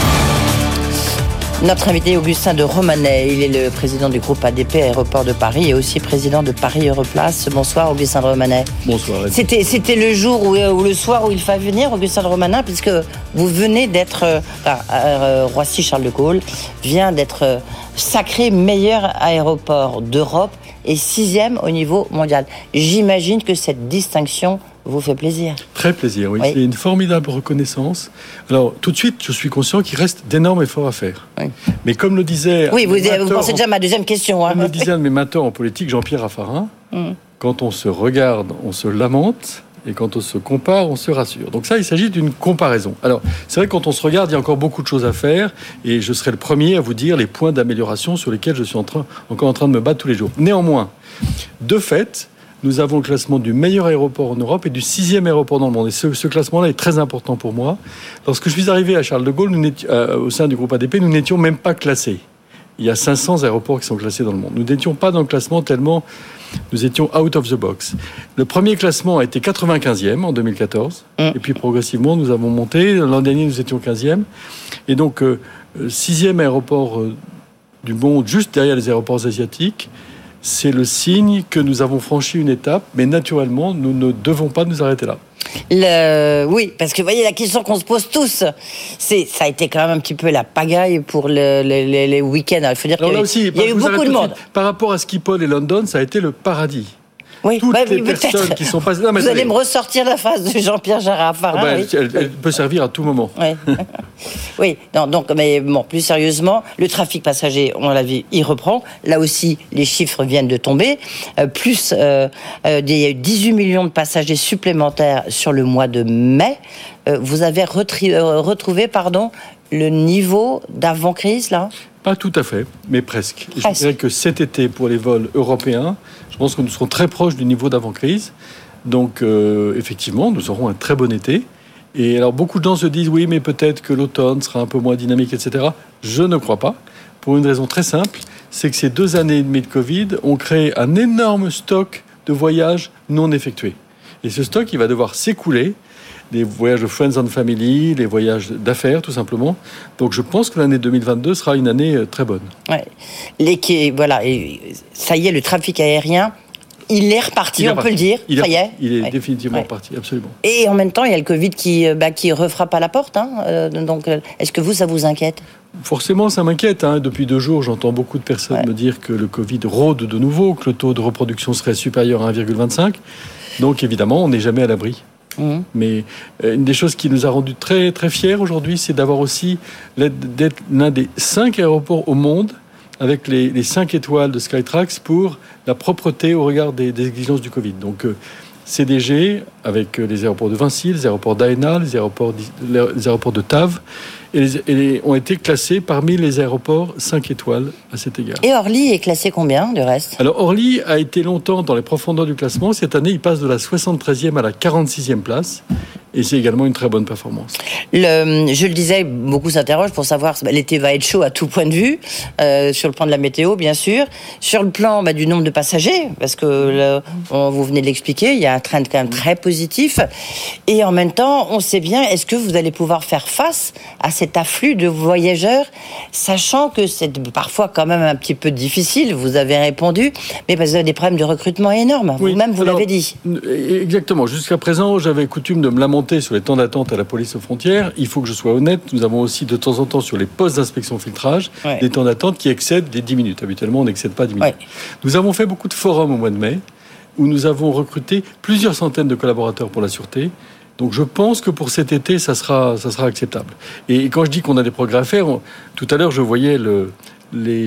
Notre invité Augustin de Romanet, il est le président du groupe A D P Aéroport de Paris et aussi président de Paris Europlace. Bonsoir Augustin de Romanet. Bonsoir. C'était, c'était le jour où, ou le soir où il fallait venir, Augustin de Romanet, puisque vous venez d'être, euh, euh, Roissy Charles de Gaulle vient d'être euh, sacré meilleur aéroport d'Europe et sixième au niveau mondial. J'imagine que cette distinction vous fait plaisir. Très plaisir, oui. Oui. C'est une formidable reconnaissance. Alors, tout de suite, je suis conscient qu'il reste d'énormes efforts à faire. Oui. Mais comme le disait... Oui, vous, un vous mentor pensez déjà à ma deuxième question. Hein. Comme le disait un de mes mentors en politique, Jean-Pierre Raffarin, Mm. quand on se regarde, on se lamente, et quand on se compare, on se rassure. Donc ça, il s'agit d'une comparaison. Alors, c'est vrai que quand on se regarde, il y a encore beaucoup de choses à faire, et je serai le premier à vous dire les points d'amélioration sur lesquels je suis en train, encore en train de me battre tous les jours. Néanmoins, de fait, nous avons le classement du meilleur aéroport en Europe et du sixième aéroport dans le monde. Et ce, ce classement-là est très important pour moi. Lorsque je suis arrivé à Charles de Gaulle, nous euh, au sein du groupe A D P, nous n'étions même pas classés. Il y a cinq cents aéroports qui sont classés dans le monde. Nous n'étions pas dans le classement tellement nous étions out of the box. Le premier classement a été quatre-vingt-quinzième en deux mille quatorze. Mm. Et puis progressivement, nous avons monté. L'an dernier, nous étions quinzième. Et donc, euh, sixième aéroport euh, du monde, juste derrière les aéroports asiatiques. C'est le signe que nous avons franchi une étape, mais naturellement, nous ne devons pas nous arrêter là. Le... Oui, parce que vous voyez, la question qu'on se pose tous, c'est, ça a été quand même un petit peu la pagaille pour le, le, les, les week-ends. Alors, il faut dire qu'il y a, là aussi, il y a eu beaucoup de monde. Par rapport à Schiphol et London, ça a été le paradis. Oui, toutes bah, les oui, personnes qui sont passées... Non, mais vous allez me ressortir la phrase de Jean-Pierre Raffarin. Ah ben, oui. elle, elle peut servir à tout moment. Oui, oui. Non, donc, mais bon, plus sérieusement, le trafic passager, on l'a vu, il reprend. Là aussi, les chiffres viennent de tomber. Euh, plus, euh, euh, il y a eu dix-huit millions de passagers supplémentaires sur le mois de mai. Euh, vous avez retri- euh, retrouvé, pardon, le niveau d'avant-crise, là ? Pas tout à fait, mais presque. presque. Je dirais que cet été, pour les vols européens, je pense que nous serons très proches du niveau d'avant-crise. Donc, euh, effectivement, nous aurons un très bon été. Et alors, beaucoup de gens se disent, oui, mais peut-être que l'automne sera un peu moins dynamique, et cetera. Je ne crois pas, pour une raison très simple, c'est que ces deux années et demie de Covid ont créé un énorme stock de voyages non effectués. Et ce stock, il va devoir s'écouler. Les voyages de friends and family, les voyages d'affaires, tout simplement. Donc, je pense que l'année deux mille vingt-deux sera une année très bonne. Ouais. Les, voilà, et ça y est, le trafic aérien, il est reparti, il est on reparti. peut le dire. Il ça est, y est. Il est ouais. définitivement ouais. reparti, absolument. Et en même temps, il y a le Covid qui, bah, qui refrappe à la porte. Hein. Euh, donc, est-ce que vous, ça vous inquiète ? Forcément, ça m'inquiète. Hein. Depuis deux jours, j'entends beaucoup de personnes ouais. me dire que le Covid rôde de nouveau, que le taux de reproduction serait supérieur à un virgule vingt-cinq. Donc, évidemment, on n'est jamais à l'abri. Mmh. Mais euh, une des choses qui nous a rendus très, très fiers aujourd'hui, c'est d'avoir aussi d'être l'un des cinq aéroports au monde avec les, les cinq étoiles de Skytrax pour la propreté au regard des, des exigences du Covid. Donc, euh, C D G, avec les aéroports de Vinci, les aéroports d'Aena, les aéroports, les aéroports de Tav, et, les, et les, ont été classés parmi les aéroports cinq étoiles à cet égard. Et Orly est classé combien, du reste ? Alors, Orly a été longtemps dans les profondeurs du classement. Cette année, il passe de la soixante-treizième à la quarante-sixième place. Et c'est également une très bonne performance. Le, je le disais, beaucoup s'interrogent pour savoir, bah, l'été va être chaud à tout point de vue, euh, sur le plan de la météo, bien sûr, sur le plan bah, du nombre de passagers, parce que là, on, vous venez de l'expliquer, il y a un trend quand même très positif. Et en même temps, on sait bien, est-ce que vous allez pouvoir faire face à cet afflux de voyageurs, sachant que c'est parfois quand même un petit peu difficile, vous avez répondu, mais parce que vous avez des problèmes de recrutement énormes, oui, vous-même vous alors, l'avez dit. Exactement, jusqu'à présent, j'avais coutume de me lamenter sur les temps d'attente à la police aux frontières. Il faut que je sois honnête, nous avons aussi de temps en temps sur les postes d'inspection filtrage ouais. des temps d'attente qui excèdent les dix minutes. Habituellement, on n'excède pas dix minutes. Ouais. Nous avons fait beaucoup de forums au mois de mai où nous avons recruté plusieurs centaines de collaborateurs pour la sûreté. Donc je pense que pour cet été, ça sera, ça sera acceptable. Et quand je dis qu'on a des progrès à faire, on, tout à l'heure, je voyais le, les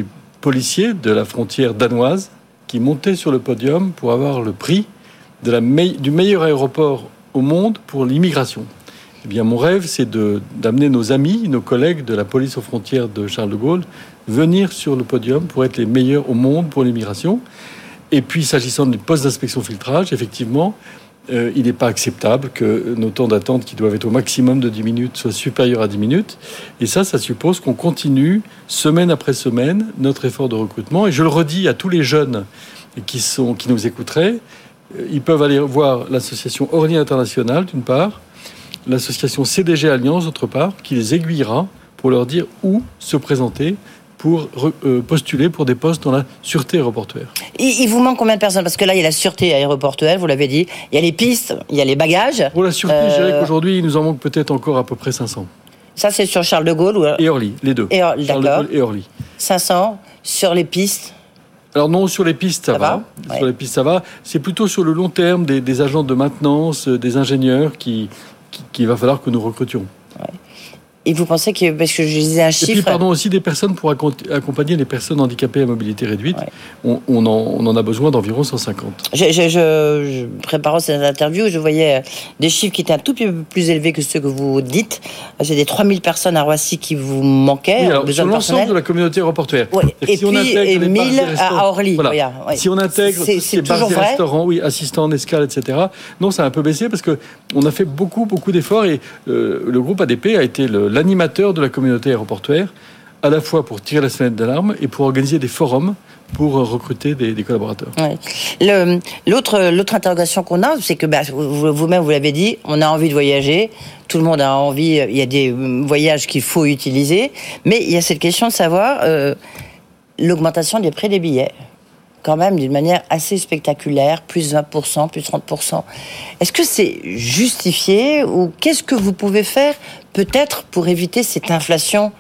policiers de la frontière danoise qui montaient sur le podium pour avoir le prix de la me- du meilleur aéroport au monde pour l'immigration. Eh bien, mon rêve, c'est de, d'amener nos amis, nos collègues de la police aux frontières de Charles de Gaulle venir sur le podium pour être les meilleurs au monde pour l'immigration. Et puis, s'agissant du poste d'inspection filtrage, effectivement, euh, il n'est pas acceptable que nos temps d'attente, qui doivent être au maximum de dix minutes, soient supérieurs à dix minutes. Et ça, ça suppose qu'on continue, semaine après semaine, notre effort de recrutement. Et je le redis à tous les jeunes qui, sont, qui nous écouteraient, ils peuvent aller voir l'association Orly International, d'une part, l'association C D G Alliance, d'autre part, qui les aiguillera pour leur dire où se présenter pour euh, postuler pour des postes dans la sûreté aéroportuaire. Il, il vous manque combien de personnes ? Parce que là, il y a la sûreté aéroportuaire, vous l'avez dit, il y a les pistes, il y a les bagages. Pour la sûreté, euh... je dirais qu'aujourd'hui, il nous en manque peut-être encore à peu près cinq cents. Ça, c'est sur Charles de Gaulle ou... Et Orly, les deux. Et Or... Charles D'accord. de Gaulle et Orly. cinq cents sur les pistes. Alors non, sur les pistes, ça, ça va. va ouais. Sur les pistes, ça va. C'est plutôt sur le long terme des, des agents de maintenance, des ingénieurs qui, qui, qu'il va falloir que nous recrutions. Ouais. Et vous pensez que, parce que je disais un chiffre... Et puis, pardon, aussi des personnes pour accompagner les personnes handicapées à mobilité réduite. Ouais. On, on, en, on en a besoin d'environ cent cinquante. Je, je, je, je préparant cette interview, je voyais des chiffres qui étaient un tout petit peu plus élevés que ceux que vous dites. J'ai des trois mille personnes à Roissy qui vous manquaient. Oui, alors, sur l'ensemble de la communauté aéroportuaire. Ouais. Et si puis, et mille à Orly. Voilà. Voilà. Ouais. Si on intègre c'est, c'est, c'est bars et restaurants, oui, assistants en escale, et cetera. Non, ça a un peu baissé parce qu'on a fait beaucoup, beaucoup d'efforts et euh, le groupe A D P a été le, l'animateur de la communauté aéroportuaire, à la fois pour tirer la sonnette d'alarme et pour organiser des forums pour recruter des, des collaborateurs. Ouais. Le, l'autre, l'autre interrogation qu'on a, c'est que bah, vous, vous-même, vous l'avez dit, on a envie de voyager, tout le monde a envie, il y a des voyages qu'il faut utiliser, mais il y a cette question de savoir euh, l'augmentation des prix des billets, quand même d'une manière assez spectaculaire, plus vingt pour cent, plus trente pour cent. Est-ce que c'est justifié ou qu'est-ce que vous pouvez faire peut-être pour éviter cette inflation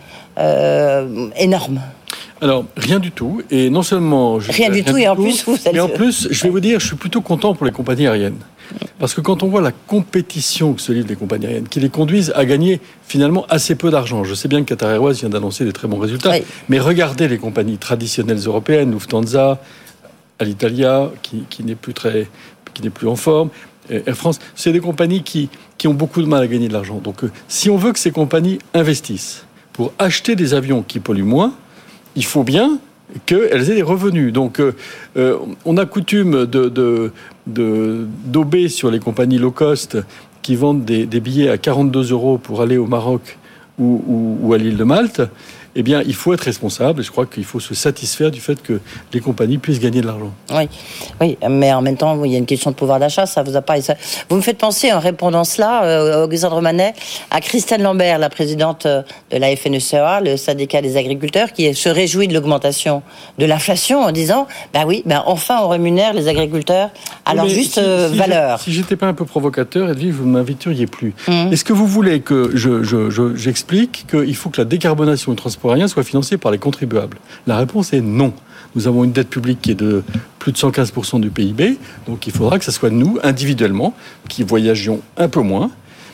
euh, énorme ? Alors, rien du tout. Et non seulement... Je, rien, rien du tout, et en tout, plus, vous allez... Et en plus, je vais vous dire, je suis plutôt content pour les compagnies aériennes. Parce que quand on voit la compétition que se livrent les compagnies aériennes, qui les conduisent à gagner finalement assez peu d'argent. Je sais bien que Qatar Airways vient d'annoncer des très bons résultats. Oui. Mais regardez les compagnies traditionnelles européennes, Lufthansa, Alitalia, qui, qui n'est plus très, qui n'est plus en forme, Air France, c'est des compagnies qui, qui ont beaucoup de mal à gagner de l'argent. Donc, euh, si on veut que ces compagnies investissent pour acheter des avions qui polluent moins, il faut bien qu'elles aient des revenus. Donc, euh, euh, on a coutume de, de, de, d'auber sur les compagnies low cost qui vendent des, des billets à quarante-deux euros pour aller au Maroc ou, ou, ou à l'île de Malte. Eh bien, il faut être responsable et je crois qu'il faut se satisfaire du fait que les compagnies puissent gagner de l'argent. Oui, oui, mais en même temps, il y a une question de pouvoir d'achat, ça vous a pas... Ça... Vous me faites penser, en répondant cela, euh, Alexandre Manet, à Christelle Lambert, la présidente de la F N S E A, le syndicat des agriculteurs, qui se réjouit de l'augmentation de l'inflation en disant, ben oui, ben enfin on rémunère les agriculteurs à oui, leur juste si, si valeur. Je, si j'étais pas un peu provocateur, Edwige, vous ne m'inviteriez plus. Mmh. Est-ce que vous voulez que je, je, je, j'explique qu'il faut que la décarbonation du transport aérien soit financé par les contribuables? La réponse est non. Nous avons une dette publique qui est de plus de cent quinze pour cent du P I B, donc il faudra que ce soit nous, individuellement, qui voyagions un peu moins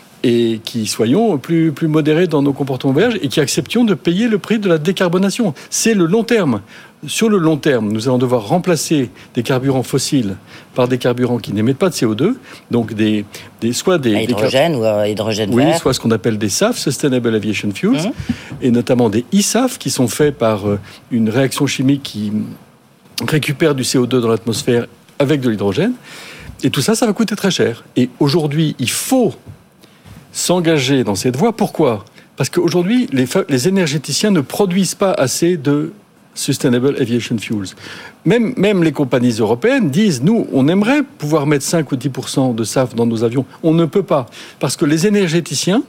et qui soyons plus, plus modérés dans nos comportements de voyage et qui acceptions de payer le prix de la décarbonation. C'est le long terme. Sur le long terme, nous allons devoir remplacer des carburants fossiles par des carburants qui n'émettent pas de C O deux, donc des, des soit des... À hydrogène des ou à hydrogène oui, vert. Soit ce qu'on appelle des S A F, Sustainable Aviation Fuels, mmh. et notamment des I S A F qui sont faits par une réaction chimique qui récupère du C O deux dans l'atmosphère avec de l'hydrogène. Et tout ça, ça va coûter très cher. Et aujourd'hui, il faut s'engager dans cette voie. Pourquoi ? Parce qu'aujourd'hui, les, les énergéticiens ne produisent pas assez de Sustainable Aviation Fuels. Même, même les compagnies européennes disent, nous, on aimerait pouvoir mettre cinq ou dix pour cent de S A F dans nos avions. On ne peut pas. Parce que les énergéticiens,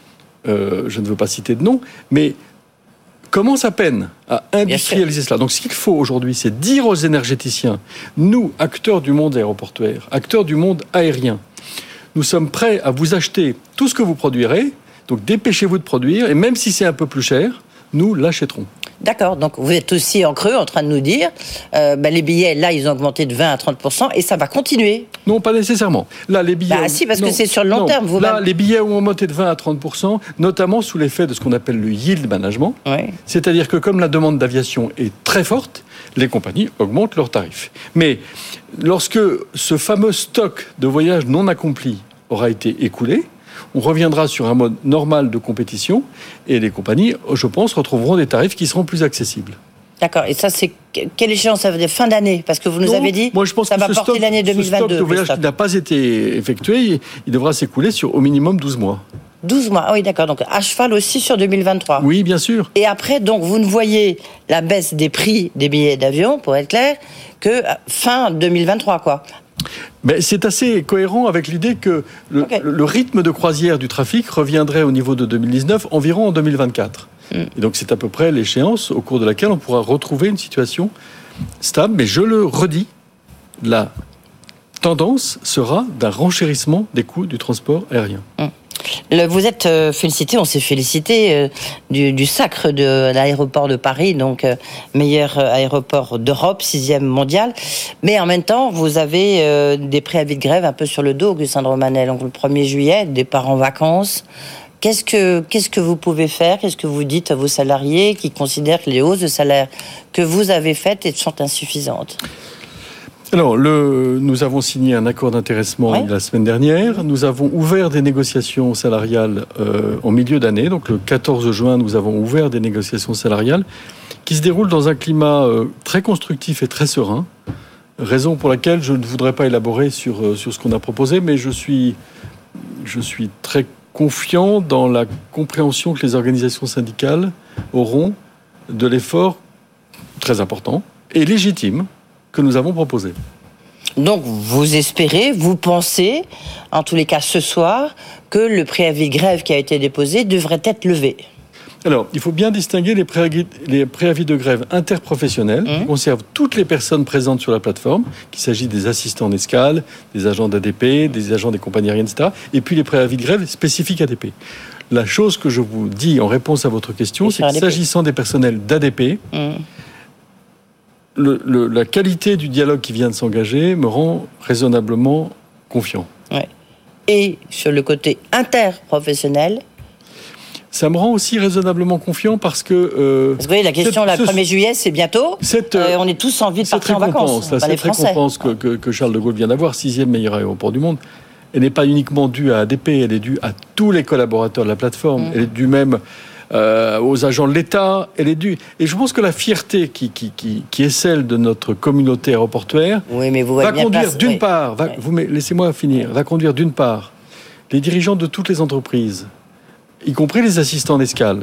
euh, je ne veux pas citer de nom, mais commencent à peine à industrialiser cela. Donc ce qu'il faut aujourd'hui, c'est dire aux énergéticiens, nous, acteurs du monde aéroportuaire, acteurs du monde aérien, nous sommes prêts à vous acheter tout ce que vous produirez, donc dépêchez-vous de produire, et même si c'est un peu plus cher, nous l'achèterons. D'accord, donc vous êtes aussi en creux en train de nous dire, euh, bah, les billets, là, ils ont augmenté de vingt à trente pour cent et ça va continuer. Non, pas nécessairement. Là, les billets... Bah si, parce non, que c'est sur le long non. terme. Vous là, même... les billets ont augmenté de vingt à trente pour cent, notamment sous l'effet de ce qu'on appelle le yield management. Oui. C'est-à-dire que comme la demande d'aviation est très forte, les compagnies augmentent leurs tarifs. Mais lorsque ce fameux stock de voyages non accomplis aura été écoulé, on reviendra sur un mode normal de compétition et les compagnies, je pense, retrouveront des tarifs qui seront plus accessibles. D'accord. Et ça, c'est quelle échéance? Ça veut dire fin d'année? Parce que vous nous non, avez dit moi, je pense ça que va ce porter stock, l'année deux mille vingt-deux. Ce stock de voyage qui n'a pas été effectué, il devra s'écouler sur au minimum douze mois. douze mois, ah oui, d'accord. Donc à cheval aussi sur deux mille vingt-trois. Oui, bien sûr. Et après, donc, vous ne voyez la baisse des prix des billets d'avion, pour être clair, que fin deux mille vingt-trois, quoi. Mais c'est assez cohérent avec l'idée que le, okay. le rythme de croisière du trafic reviendrait au niveau de deux mille dix-neuf environ en deux mille vingt-quatre. Mm. Et donc c'est à peu près l'échéance au cours de laquelle on pourra retrouver une situation stable. Mais je le redis, la tendance sera d'un renchérissement des coûts du transport aérien. Mm. Le, vous êtes euh, félicité, on s'est félicité euh, du, du sacre de l'aéroport de Paris, donc euh, meilleur aéroport d'Europe, sixième mondial. Mais en même temps, vous avez euh, des préavis de grève un peu sur le dos, Augustin de Romanet. Donc le premier juillet, départ en vacances. Qu'est-ce que, qu'est-ce que vous pouvez faire? Qu'est-ce que vous dites à vos salariés qui considèrent que les hausses de salaire que vous avez faites sont insuffisantes? Alors, le, nous avons signé un accord d'intéressement oui. la semaine dernière. Nous avons ouvert des négociations salariales euh, en milieu d'année. Donc, le quatorze juin, nous avons ouvert des négociations salariales qui se déroulent dans un climat euh, très constructif et très serein. Raison pour laquelle je ne voudrais pas élaborer sur, euh, sur ce qu'on a proposé, mais je suis, je suis très confiant dans la compréhension que les organisations syndicales auront de l'effort très important et légitime que nous avons proposé. Donc, vous espérez, vous pensez, en tous les cas ce soir, que le préavis de grève qui a été déposé devrait être levé? Alors, il faut bien distinguer les préavis, les préavis de grève interprofessionnels mmh. qui conservent toutes les personnes présentes sur la plateforme, qu'il s'agit des assistants d'escale, des agents d'A D P, des agents des compagnies aériennes, et cetera, et puis les préavis de grève spécifiques A D P. La chose que je vous dis en réponse à votre question, c'est que s'agissant des personnels d'A D P, mmh. Le, le, la qualité du dialogue qui vient de s'engager me rend raisonnablement confiant. Ouais. Et sur le côté interprofessionnel, ça me rend aussi raisonnablement confiant parce que... Euh, parce que vous voyez, la question, le premier juillet, c'est bientôt. Cette, euh, on est tous envie de partir en vacances. La, cette récompense que, que, que Charles de Gaulle vient d'avoir, sixième meilleur aéroport du monde, elle n'est pas uniquement due à A D P, elle est due à tous les collaborateurs de la plateforme. Mmh. Elle est due même... Euh, aux agents de l'État, elle est due. Et je pense que la fierté qui, qui, qui, qui est celle de notre communauté aéroportuaire oui, mais vous va conduire place, d'une oui. part, va, oui. vous, laissez-moi finir, oui. va conduire d'une part les dirigeants de toutes les entreprises, y compris les assistants d'escale,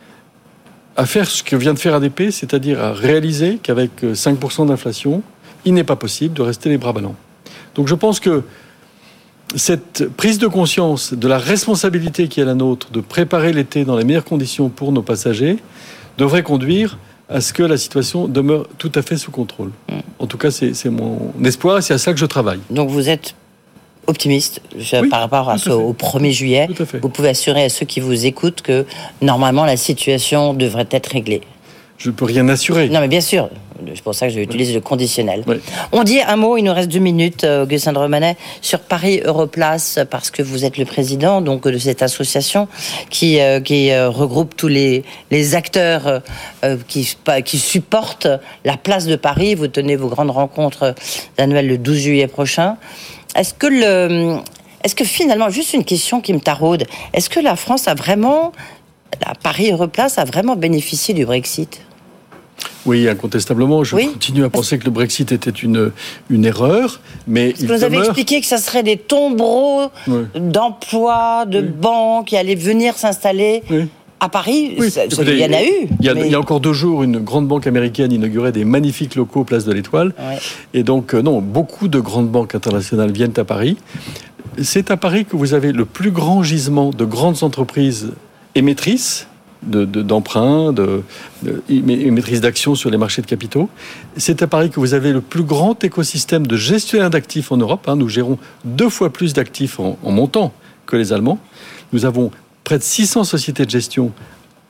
à faire ce que vient de faire A D P, c'est-à-dire à réaliser qu'avec cinq pour cent d'inflation, il n'est pas possible de rester les bras ballants. Donc je pense que cette prise de conscience de la responsabilité qui est la nôtre de préparer l'été dans les meilleures conditions pour nos passagers devrait conduire à ce que la situation demeure tout à fait sous contrôle. Mmh. En tout cas, c'est, c'est mon espoir et c'est à ça que je travaille. Donc vous êtes optimiste oui, par rapport à ce, au premier juillet. Vous pouvez assurer à ceux qui vous écoutent que normalement la situation devrait être réglée. Je ne peux rien assurer. Non, mais bien sûr. C'est pour ça que j'utilise oui. le conditionnel. Oui. On dit un mot, il nous reste deux minutes, Augustin de Romanet, sur Paris Europlace, parce que vous êtes le président donc, de cette association qui, euh, qui euh, regroupe tous les, les acteurs euh, qui, qui supportent la place de Paris. Vous tenez vos grandes rencontres annuelles le douze juillet prochain. Est-ce que, le, est-ce que finalement, juste une question qui me taraude, est-ce que la France a vraiment, la Paris Europlace a vraiment bénéficié du Brexit ? Oui, incontestablement. Je oui. continue à penser que le Brexit était une, une erreur, mais Parce il que vous demeure... avez expliqué que ça serait des tombereaux oui. d'emplois, de oui. banques qui allaient venir s'installer oui. à Paris. Oui. Ça, Écoutez, il y en a eu. Il y a, mais... il y a encore deux jours, une grande banque américaine inaugurait des magnifiques locaux place de l'Étoile. Oui. Et donc, non, beaucoup de grandes banques internationales viennent à Paris. C'est à Paris que vous avez le plus grand gisement de grandes entreprises émettrices, De, de, d'emprunts, de, de, de maîtrise d'actions sur les marchés de capitaux. C'est à Paris que vous avez le plus grand écosystème de gestionnaires d'actifs en Europe. Hein. Nous gérons deux fois plus d'actifs en, en montant que les Allemands. Nous avons près de six cents sociétés de gestion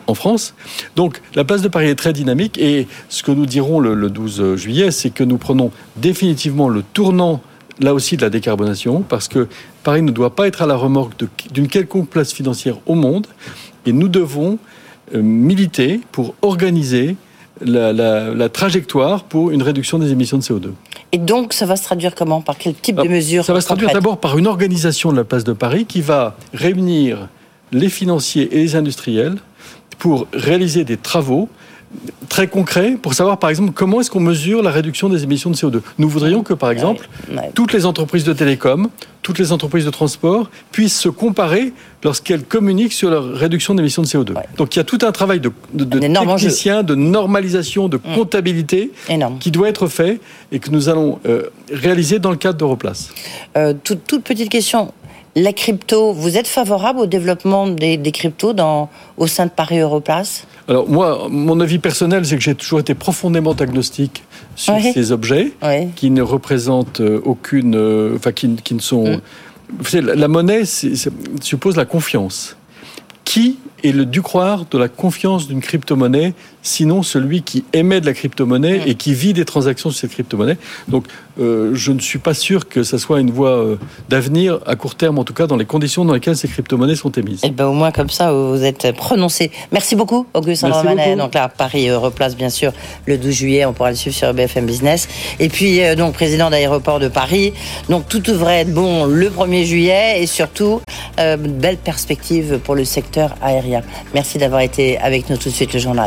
en France. Donc la place de Paris est très dynamique et ce que nous dirons le, le douze juillet, c'est que nous prenons définitivement le tournant là aussi de la décarbonation, parce que Paris ne doit pas être à la remorque de, d'une quelconque place financière au monde, et nous devons euh, militer pour organiser la, la, la trajectoire pour une réduction des émissions de C O deux. Et donc, ça va se traduire comment ? Par quel type Alors, de mesures ? Ça va se traduire concrètes d'abord par une organisation de la place de Paris qui va réunir les financiers et les industriels pour réaliser des travaux très concret pour savoir, par exemple, comment est-ce qu'on mesure la réduction des émissions de C O deux. Nous voudrions que, par exemple, ouais, ouais. toutes les entreprises de télécom, toutes les entreprises de transport puissent se comparer lorsqu'elles communiquent sur leur réduction d'émissions de C O deux. Ouais. Donc, il y a tout un travail de, de, de technicien, de normalisation, de mmh. comptabilité Énorme. qui doit être fait et que nous allons euh, réaliser dans le cadre d'Europlace. Euh, toute, toute petite question. La crypto, vous êtes favorable au développement des, des cryptos dans, au sein de Paris Europlace ? Alors moi, mon avis personnel, c'est que j'ai toujours été profondément agnostique sur oui. ces objets oui. qui ne représentent aucune... Euh, enfin, qui, qui ne sont... Mm. Vous savez, la, la monnaie c'est, c'est, suppose la confiance. Qui est le dû croire de la confiance d'une crypto-monnaie, sinon celui qui émet de la crypto-monnaie mmh. et qui vit des transactions sur cette crypto-monnaie. Donc, euh, je ne suis pas sûr que ça soit une voie euh, d'avenir, à court terme, en tout cas, dans les conditions dans lesquelles ces crypto-monnaies sont émises. Et ben, au moins, comme ça, vous êtes prononcé. Merci beaucoup, Augustin Romanet. Donc là, Paris Europlace, bien sûr, le douze juillet, on pourra le suivre sur B F M Business. Et puis, euh, donc, président d'Aéroports de Paris. Donc, tout devrait être bon le premier juillet et surtout, euh, belle perspective pour le secteur aérien. Merci d'avoir été avec nous. Tout de suite, le journal.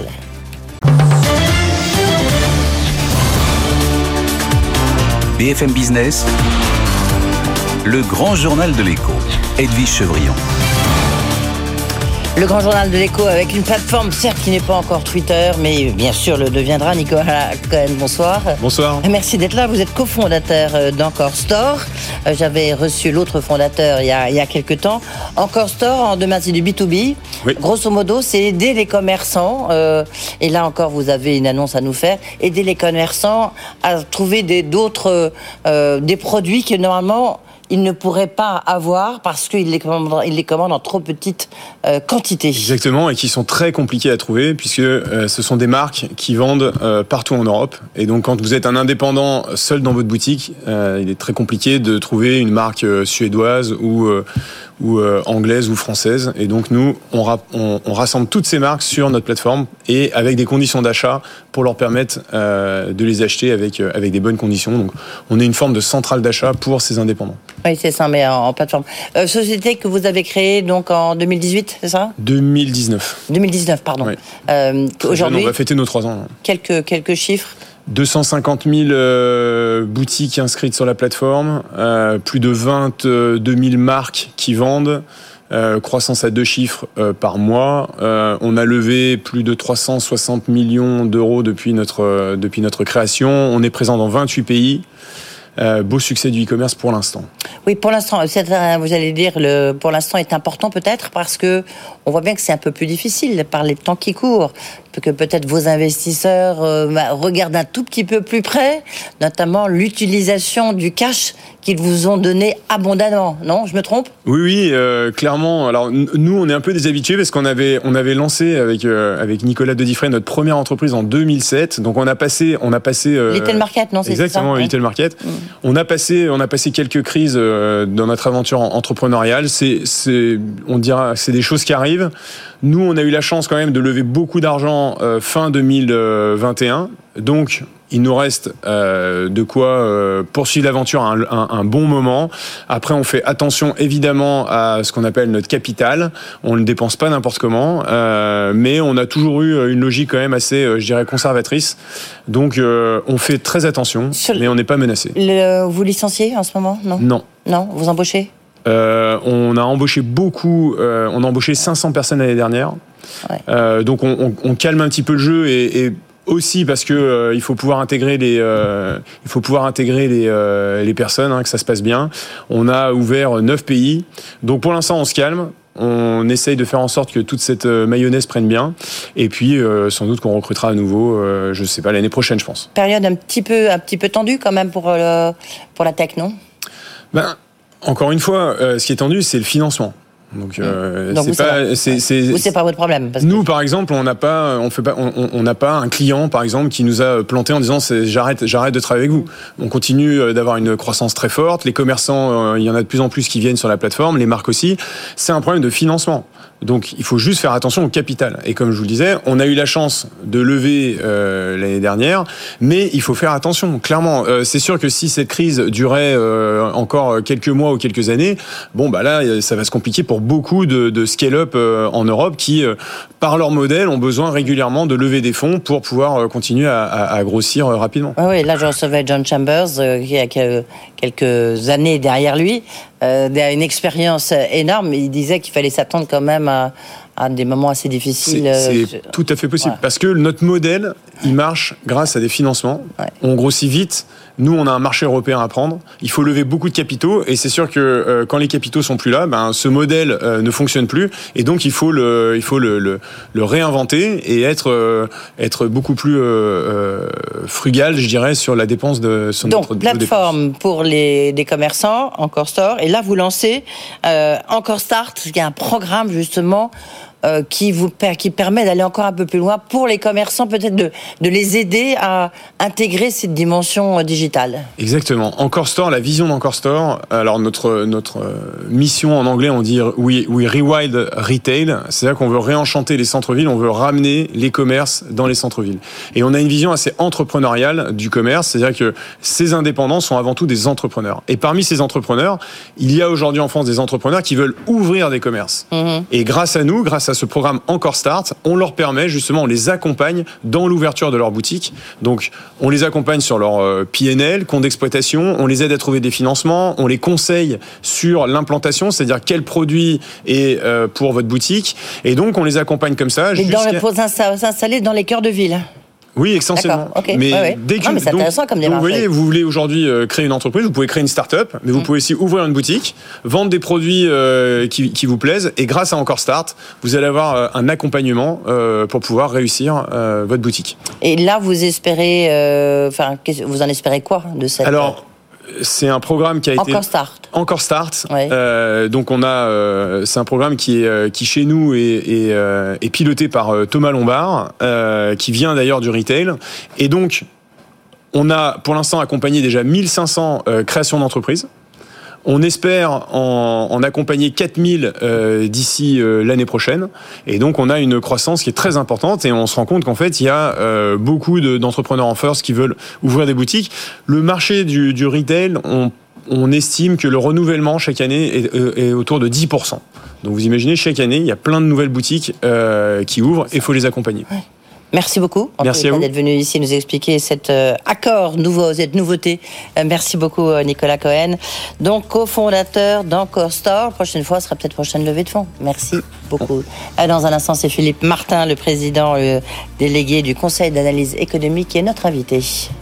B F M Business, le grand journal de l'écho. Edwige Chevrillon. Le grand journal de l'écho avec une plateforme, certes, qui n'est pas encore Twitter, mais bien sûr le deviendra. Nicolas Cohen, bonsoir. Bonsoir. Merci d'être là. Vous êtes cofondateur d'Encore Store. J'avais reçu l'autre fondateur il y a, il y a quelques temps. Encore Store, en demain, c'est du B deux B. Oui. Grosso modo, c'est aider les commerçants. Euh, et là encore, vous avez une annonce à nous faire. Aider les commerçants à trouver des, d'autres, euh, des produits que normalement, ils ne pourraient pas avoir parce qu'ils les commandent, ils les commandent en trop petite euh, quantité. Exactement, et qui sont très compliqués à trouver puisque euh, ce sont des marques qui vendent euh, partout en Europe. Et donc, quand vous êtes un indépendant seul dans votre boutique, euh, il est très compliqué de trouver une marque euh, suédoise ou euh, ou euh, anglaise ou française. Et donc, nous, on, ra- on, on rassemble toutes ces marques sur notre plateforme et avec des conditions d'achat pour leur permettre euh, de les acheter avec, euh, avec des bonnes conditions. Donc, on est une forme de centrale d'achat pour ces indépendants. Oui, c'est ça, mais en, en plateforme. Euh, société que vous avez créée donc en deux mille dix-huit, c'est ça ? deux mille dix-neuf. deux mille dix-neuf, pardon. Oui. Euh, aujourd'hui, on va fêter nos trois ans. Quelques, quelques chiffres ? deux cent cinquante mille euh, boutiques inscrites sur la plateforme, euh, plus de vingt-deux mille marques qui vendent, euh, croissance à deux chiffres euh, par mois. Euh, on a levé plus de trois cent soixante millions d'euros depuis notre, euh, depuis notre création. On est présent dans vingt-huit pays. Euh, beau succès du e-commerce pour l'instant. Oui, pour l'instant, vous allez dire, le, pour l'instant est important peut-être parce que on voit bien que c'est un peu plus difficile par les temps qui courent, que peut-être vos investisseurs euh, regardent un tout petit peu plus près, notamment l'utilisation du cash qu'ils vous ont donné abondamment. Non, je me trompe ? Oui, oui, euh, clairement. Alors nous, on est un peu des habitués parce qu'on avait, on avait lancé avec euh, avec Nicolas Dediffray notre première entreprise en deux mille sept. Donc on a passé, on a passé. Euh, Little Market, non, c'est exactement, ça. Little ouais. Market. Mmh. On a passé, on a passé quelques crises euh, dans notre aventure entrepreneuriale. C'est, c'est, on dira, c'est des choses qui arrivent. Nous, on a eu la chance quand même de lever beaucoup d'argent euh, fin deux mille vingt et un. Donc, il nous reste euh, de quoi euh, poursuivre l'aventure un, un, un bon moment. Après, on fait attention évidemment à ce qu'on appelle notre capital. On ne le dépense pas n'importe comment, euh, mais on a toujours eu une logique quand même assez, euh, je dirais, conservatrice. Donc, euh, on fait très attention, Sur mais on n'est pas menacé. Le, vous licenciez en ce moment ? Non. Non. Non. Vous embauchez ? Euh, on a embauché beaucoup. Euh, on a embauché cinq cents personnes l'année dernière. Ouais. Euh, donc, on, on, on calme un petit peu le jeu et, et aussi parce que euh, il faut pouvoir intégrer les, euh, il faut pouvoir intégrer les, euh, les personnes, hein, que ça se passe bien. On a ouvert neuf pays, donc pour l'instant on se calme. On essaye de faire en sorte que toute cette mayonnaise prenne bien, et puis euh, sans doute qu'on recrutera à nouveau, euh, je sais pas, l'année prochaine, je pense. Période un petit peu, un petit peu tendue quand même pour le, pour la tech, non ? Ben, encore une fois, euh, ce qui est tendu, c'est le financement. Donc, euh, Donc c'est vous, ça pas, va. c'est, c'est, Vous, c'est pas votre problème. Parce nous, que... par exemple, on n'a pas, on fait pas, on, on n'a pas un client, par exemple, qui nous a planté en disant c'est, j'arrête, j'arrête de travailler avec vous. On continue d'avoir une croissance très forte. Les commerçants, euh, il y en a de plus en plus qui viennent sur la plateforme, les marques aussi. C'est un problème de financement. Donc, il faut juste faire attention au capital. Et comme je vous le disais, on a eu la chance de lever euh, l'année dernière, mais il faut faire attention. Clairement, euh, c'est sûr que si cette crise durait euh, encore quelques mois ou quelques années, bon, bah là, ça va se compliquer pour beaucoup de, de scale-up euh, en Europe qui, euh, par leur modèle, ont besoin régulièrement de lever des fonds pour pouvoir euh, continuer à, à, à grossir euh, rapidement. Ah oui, là, je recevais John Chambers, euh, qui a quelques années derrière lui, euh, une expérience énorme. Il disait qu'il fallait s'attendre quand même à, à des moments assez difficiles. C'est, c'est tout à fait possible. Voilà. Parce que notre modèle, il marche grâce à des financements. Ouais. On grossit vite. Nous, on a un marché européen à prendre. Il faut lever beaucoup de capitaux. Et c'est sûr que euh, quand les capitaux sont plus là, ben, ce modèle euh, ne fonctionne plus. Et donc, il faut le, il faut le, le, le réinventer et être, euh, être beaucoup plus euh, frugal, je dirais, sur la dépense de sur donc, notre plateforme pour les des commerçants, Encore Store. Et là, vous lancez euh, Encore Start, qui est un programme, justement, Euh, qui vous qui permet d'aller encore un peu plus loin pour les commerçants, peut-être de, de les aider à intégrer cette dimension digitale. Exactement. Encore Store, la vision d'Encore Store. Alors notre notre mission en anglais, on dit we, we rewild retail, c'est-à-dire qu'on veut réenchanter les centres-villes, on veut ramener les commerces dans les centres-villes. Et on a une vision assez entrepreneuriale du commerce, c'est-à-dire que ces indépendants sont avant tout des entrepreneurs. Et parmi ces entrepreneurs, il y a aujourd'hui en France des entrepreneurs qui veulent ouvrir des commerces. Mmh. Et grâce à nous, grâce à ce programme Encore Start, on leur permet justement, on les accompagne dans l'ouverture de leur boutique. Donc, on les accompagne sur leur P and L, compte d'exploitation, on les aide à trouver des financements, on les conseille sur l'implantation, c'est-à-dire quel produit est pour votre boutique. Et donc, on les accompagne comme ça. Et dans le, pour s'installer dans les cœurs de ville. Oui, essentiellement. Okay. Mais ouais, ouais. dès que non, mais c'est donc, intéressant comme donc démarche. Vous voyez, vous voulez aujourd'hui euh, créer une entreprise, vous pouvez créer une start-up, mais vous mmh. pouvez aussi ouvrir une boutique, vendre des produits euh, qui, qui vous plaisent, et grâce à Encore Start, vous allez avoir euh, un accompagnement euh, pour pouvoir réussir euh, votre boutique. Et là, vous espérez, enfin, euh, vous en espérez quoi de cette? Alors, c'est un programme qui a Encore été Start. Encore Start. Ouais. Euh, donc on a, euh, c'est un programme qui est qui chez nous est, est, euh, est piloté par euh, Thomas Lombard, euh, qui vient d'ailleurs du retail. Et donc on a pour l'instant accompagné déjà mille cinq cents euh, créations d'entreprises. On espère en, en accompagner quatre mille euh, d'ici euh, l'année prochaine. Et donc, on a une croissance qui est très importante et on se rend compte qu'en fait, il y a euh, beaucoup de, d'entrepreneurs en force qui veulent ouvrir des boutiques. Le marché du, du retail, on, on estime que le renouvellement chaque année est, est autour de dix pour cent. Donc, vous imaginez, chaque année, il y a plein de nouvelles boutiques euh, qui ouvrent et il faut les accompagner. Ouais. Merci beaucoup en merci à vous d'être venu ici nous expliquer cet euh, accord nouveau, cette nouveauté. Euh, merci beaucoup Nicolas Cohen, donc cofondateur d'Encore Store. Prochaine fois, ce sera peut-être prochaine levée de fonds. Merci beaucoup. Euh, dans un instant, c'est Philippe Martin, le président le délégué du Conseil d'analyse économique, qui est notre invité.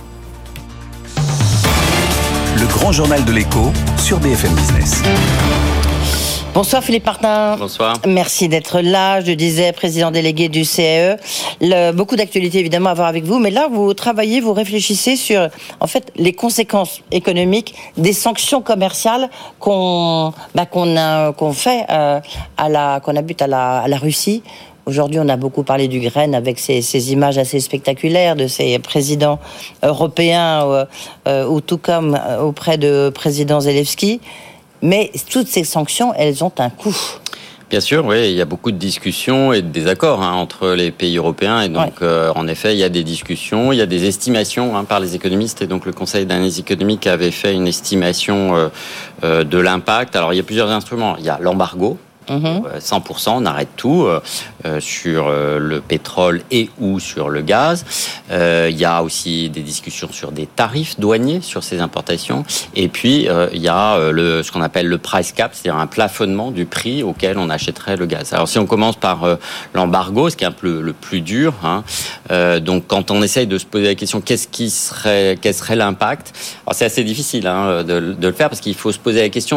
Le grand journal de l'écho sur B F M Business. Bonsoir Philippe Martin. Bonsoir. Merci d'être là. Je disais, président délégué du C A E. Le, beaucoup d'actualités évidemment à voir avec vous, mais là vous travaillez, vous réfléchissez sur en fait les conséquences économiques des sanctions commerciales qu'on bah, qu'on a qu'on fait euh, à la qu'on abute à la à la Russie. Aujourd'hui, on a beaucoup parlé d'Ukraine avec ces, ces images assez spectaculaires de ces présidents européens, euh, euh, ou tout comme auprès de président Zelensky. Mais toutes ces sanctions, elles ont un coût. Bien sûr, oui, il y a beaucoup de discussions et de désaccords hein, entre les pays européens. Et donc, ouais. euh, en effet, il y a des discussions, il y a des estimations hein, par les économistes. Et donc, le Conseil d'analyse économique avait fait une estimation euh, euh, de l'impact. Alors, il y a plusieurs instruments. Il y a l'embargo. Mmh. cent pour cent, on arrête tout euh, sur euh, le pétrole et ou sur le gaz. Euh, il y a aussi des discussions sur des tarifs douaniers sur ces importations. Et puis, euh, il y a euh, le, ce qu'on appelle le price cap, c'est-à-dire un plafonnement du prix auquel on achèterait le gaz. Alors, si on commence par euh, l'embargo, ce qui est un peu le, le plus dur, hein, euh, donc quand on essaye de se poser la question qu'est-ce qui serait, quel serait l'impact, alors c'est assez difficile hein, de, de le faire parce qu'il faut se poser la question de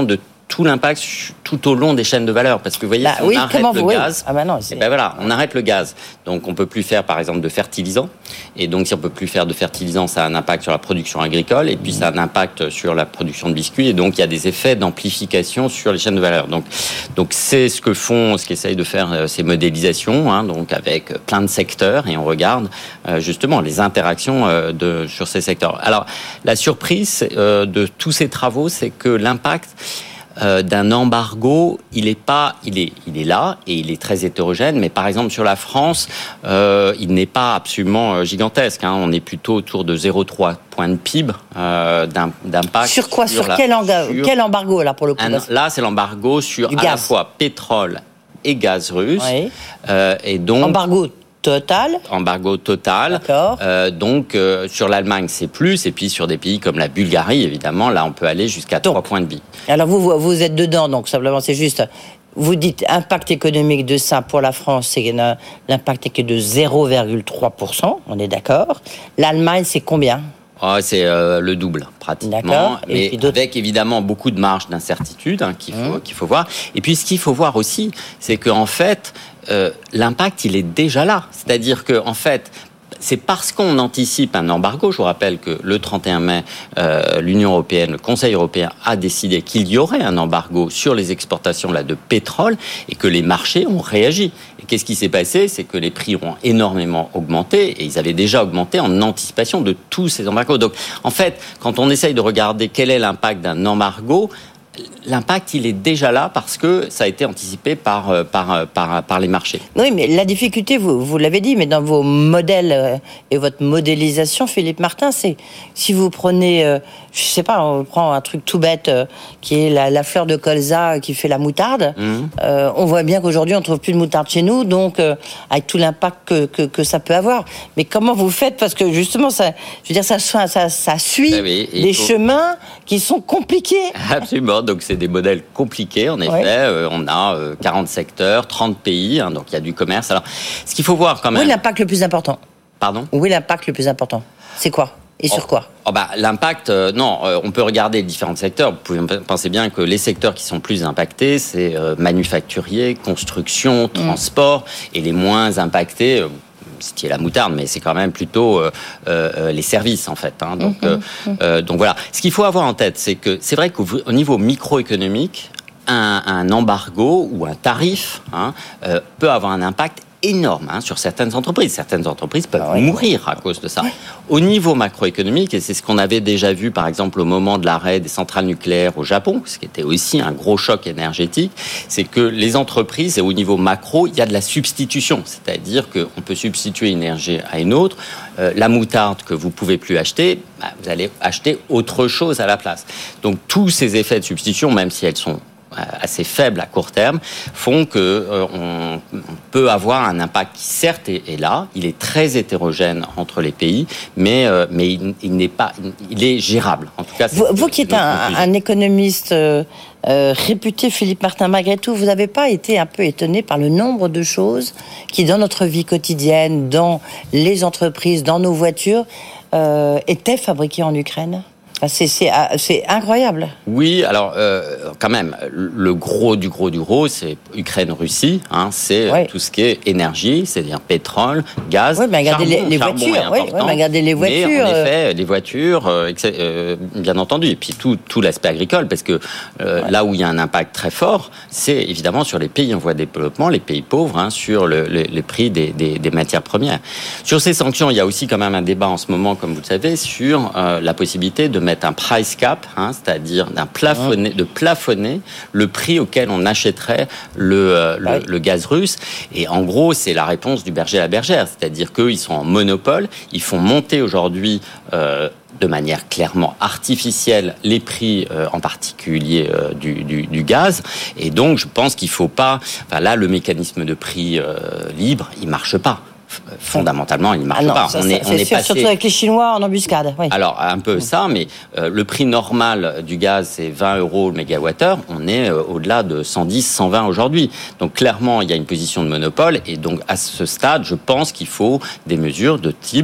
tout l'impact tout au long des chaînes de valeur. Parce que vous voyez, bah, si on oui, arrête le vous, gaz, oui. ah bah non, c'est... et ben voilà, on arrête le gaz. Donc on peut plus faire, par exemple, de fertilisants. Et donc si on peut plus faire de fertilisants, ça a un impact sur la production agricole. Et puis ça a un impact sur la production de biscuits. Et donc il y a des effets d'amplification sur les chaînes de valeur. Donc, donc c'est ce que font, ce qu'essayent de faire euh, ces modélisations, hein, donc avec plein de secteurs. Et on regarde euh, justement les interactions euh, de, sur ces secteurs. Alors la surprise euh, de tous ces travaux, c'est que l'impact Euh, d'un embargo, il est pas, il est, il est là et il est très hétérogène. Mais par exemple sur la France, euh, il n'est pas absolument euh, gigantesque. Hein. On est plutôt autour de zéro virgule trois points de P I B euh, d'impact. Sur quoi Sur, la, quel, anga- sur quel embargo là pour le coup un, Là, c'est l'embargo sur à la fois pétrole et gaz russe. Oui. Euh, et donc embargo. Total. Embargo total. D'accord. Euh, donc, euh, sur l'Allemagne, c'est plus. Et puis, sur des pays comme la Bulgarie, évidemment, là, on peut aller jusqu'à donc, trois points de B I. Alors, vous, vous, vous êtes dedans, donc simplement, c'est juste... Vous dites impact économique de ça pour la France, c'est l'impact est que de zéro virgule trois pour cent, on est d'accord. L'Allemagne, c'est combien ? Oh, c'est euh, le double, pratiquement. D'accord. Mais avec évidemment beaucoup de marge d'incertitude hein, qu'il faut, mmh. qu'il faut voir. Et puis, ce qu'il faut voir aussi, c'est qu'en fait, euh, l'impact, il est déjà là. C'est-à-dire qu'en fait, c'est parce qu'on anticipe un embargo. Je vous rappelle que le trente et un mai, euh, l'Union européenne, le Conseil européen a décidé qu'il y aurait un embargo sur les exportations là, de pétrole et que les marchés ont réagi. Et qu'est-ce qui s'est passé ? C'est que les prix ont énormément augmenté et ils avaient déjà augmenté en anticipation de tous ces embargos. Donc, en fait, quand on essaye de regarder quel est l'impact d'un embargo, l'impact, il est déjà là parce que ça a été anticipé par, par, par, par les marchés. Oui, mais la difficulté, vous, vous l'avez dit, mais dans vos modèles et votre modélisation, Philippe Martin, c'est si vous prenez, euh, je sais pas, on prend un truc tout bête euh, qui est la, la fleur de colza qui fait la moutarde, mmh. euh, on voit bien qu'aujourd'hui, on trouve plus de moutarde chez nous, donc euh, avec tout l'impact que, que, que ça peut avoir. Mais comment vous faites ? Parce que justement, ça, je veux dire, ça, ça, ça, ça suit ah oui, des faut... chemins qui sont compliqués. Absolument. Donc, c'est des modèles compliqués, en effet. Ouais. Euh, on a euh, quarante secteurs, trente pays, hein, donc il y a du commerce. Alors, ce qu'il faut voir quand même... Où est l'impact le plus important ? Pardon ? Où est l'impact le plus important ? C'est quoi ? Et sur oh, quoi ? oh bah, l'impact, euh, non, euh, on peut regarder les différents secteurs. Vous pouvez penser bien que les secteurs qui sont plus impactés, c'est euh, manufacturier, construction, transport, mmh. et les moins impactés... Euh, c'était la moutarde, mais c'est quand même plutôt euh, euh, les services en fait. Hein. Donc, mmh, mmh. Euh, donc voilà. Ce qu'il faut avoir en tête, c'est que c'est vrai qu'au niveau microéconomique, un, un embargo ou un tarif hein, euh, peut avoir un impact énorme hein, sur certaines entreprises. Certaines entreprises peuvent ah ouais, mourir ouais. à cause de ça. Ouais. Au niveau macroéconomique, et c'est ce qu'on avait déjà vu par exemple au moment de l'arrêt des centrales nucléaires au Japon, ce qui était aussi un gros choc énergétique, c'est que les entreprises, et au niveau macro, il y a de la substitution. C'est-à-dire qu'on peut substituer une énergie à une autre. Euh, la moutarde que vous pouvez plus acheter, bah, vous allez acheter autre chose à la place. Donc tous ces effets de substitution, même si elles sont assez faibles à court terme, font que euh, on, on peut avoir un impact qui certes est, est là, il est très hétérogène entre les pays, mais euh, mais il, il n'est pas, il est gérable. En tout cas, c'est vous, vous qui êtes un, un économiste euh, euh, réputé, Philippe Martin, malgré tout, vous n'avez pas été un peu étonné par le nombre de choses qui, dans notre vie quotidienne, dans les entreprises, dans nos voitures, euh, étaient fabriquées en Ukraine ? C'est, c'est, c'est incroyable. Oui, alors euh, quand même, le gros du gros du gros, c'est Ukraine-Russie. Hein, c'est ouais. tout ce qui est énergie, c'est-à-dire pétrole, gaz, oui, mais regardez charbon. Les, les voitures, oui, oui, mais regardez les voitures. Mais en effet, les voitures, euh, euh, bien entendu, et puis tout, tout l'aspect agricole, parce que euh, ouais. là où il y a un impact très fort, c'est évidemment sur les pays en voie de développement, les pays pauvres, hein, sur le, le, les prix des, des, des matières premières. Sur ces sanctions, il y a aussi quand même un débat en ce moment, comme vous le savez, sur euh, la possibilité de mettre un price cap, hein, c'est-à-dire d'un plafonner, de plafonner le prix auquel on achèterait le, euh, le, oui. le gaz russe. Et en gros, c'est la réponse du berger à la bergère, c'est-à-dire qu'ils sont en monopole, ils font monter aujourd'hui euh, de manière clairement artificielle les prix, euh, en particulier euh, du, du, du gaz. Et donc, je pense qu'il faut pas... Enfin, là, le mécanisme de prix euh, libre, il marche pas. Fondamentalement, il ne marche ah non, pas. Ça, on est, c'est on est sûr, passé... surtout avec les Chinois en embuscade. Oui. Alors, un peu ça, mais euh, le prix normal du gaz, c'est vingt euros le mégawattheure. On est euh, au-delà de cent dix, cent vingt aujourd'hui. Donc, clairement, il y a une position de monopole. Et donc, à ce stade, je pense qu'il faut des mesures de type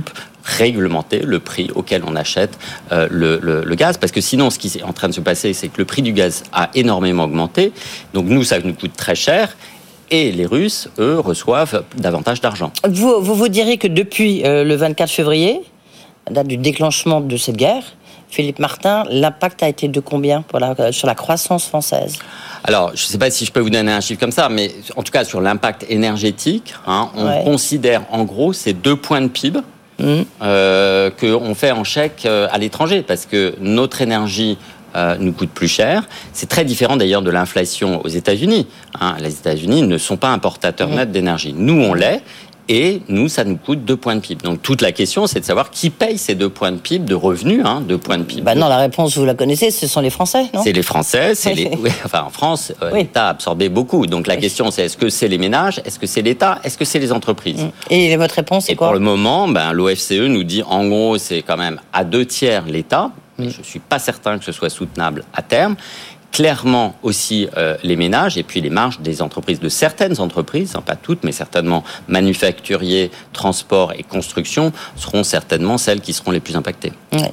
réglementer le prix auquel on achète euh, le, le, le gaz, parce que sinon, ce qui est en train de se passer, c'est que le prix du gaz a énormément augmenté. Donc nous, ça nous coûte très cher. Et les Russes, eux, reçoivent davantage d'argent. Vous vous, vous direz que depuis euh, le vingt-quatre février, date du déclenchement de cette guerre, Philippe Martin, l'impact a été de combien pour la, sur la croissance française ? Alors, je ne sais pas si je peux vous donner un chiffre comme ça, mais en tout cas, sur l'impact énergétique, hein, on ouais. considère en gros ces deux points de P I B mmh. euh, qu'on fait en chèque euh, à l'étranger, parce que notre énergie Euh, nous coûte plus cher. C'est très différent d'ailleurs de l'inflation aux États-Unis. Hein, les États-Unis ne sont pas importateurs mmh. nets d'énergie. Nous, on l'est. Et nous, ça nous coûte deux points de P I B. Donc toute la question, c'est de savoir qui paye ces deux points de P I B, de revenus, hein, deux points de P I B. Bah non, la réponse, vous la connaissez, ce sont les Français, non ? C'est les Français, c'est les. Oui, enfin, en France, euh, oui. l'État a absorbé beaucoup. Donc la oui. question, c'est est-ce que c'est les ménages, est-ce que c'est l'État, est-ce que c'est les entreprises ? Et votre réponse, c'est Et quoi ? pour le moment, ben, l'O F C E nous dit, en gros, c'est quand même à deux tiers l'État. Mais je ne suis pas certain que ce soit soutenable à terme. Clairement aussi euh, les ménages et puis les marges des entreprises, de certaines entreprises, hein, pas toutes, mais certainement manufacturiers, transport et construction, seront certainement celles qui seront les plus impactées. Ouais.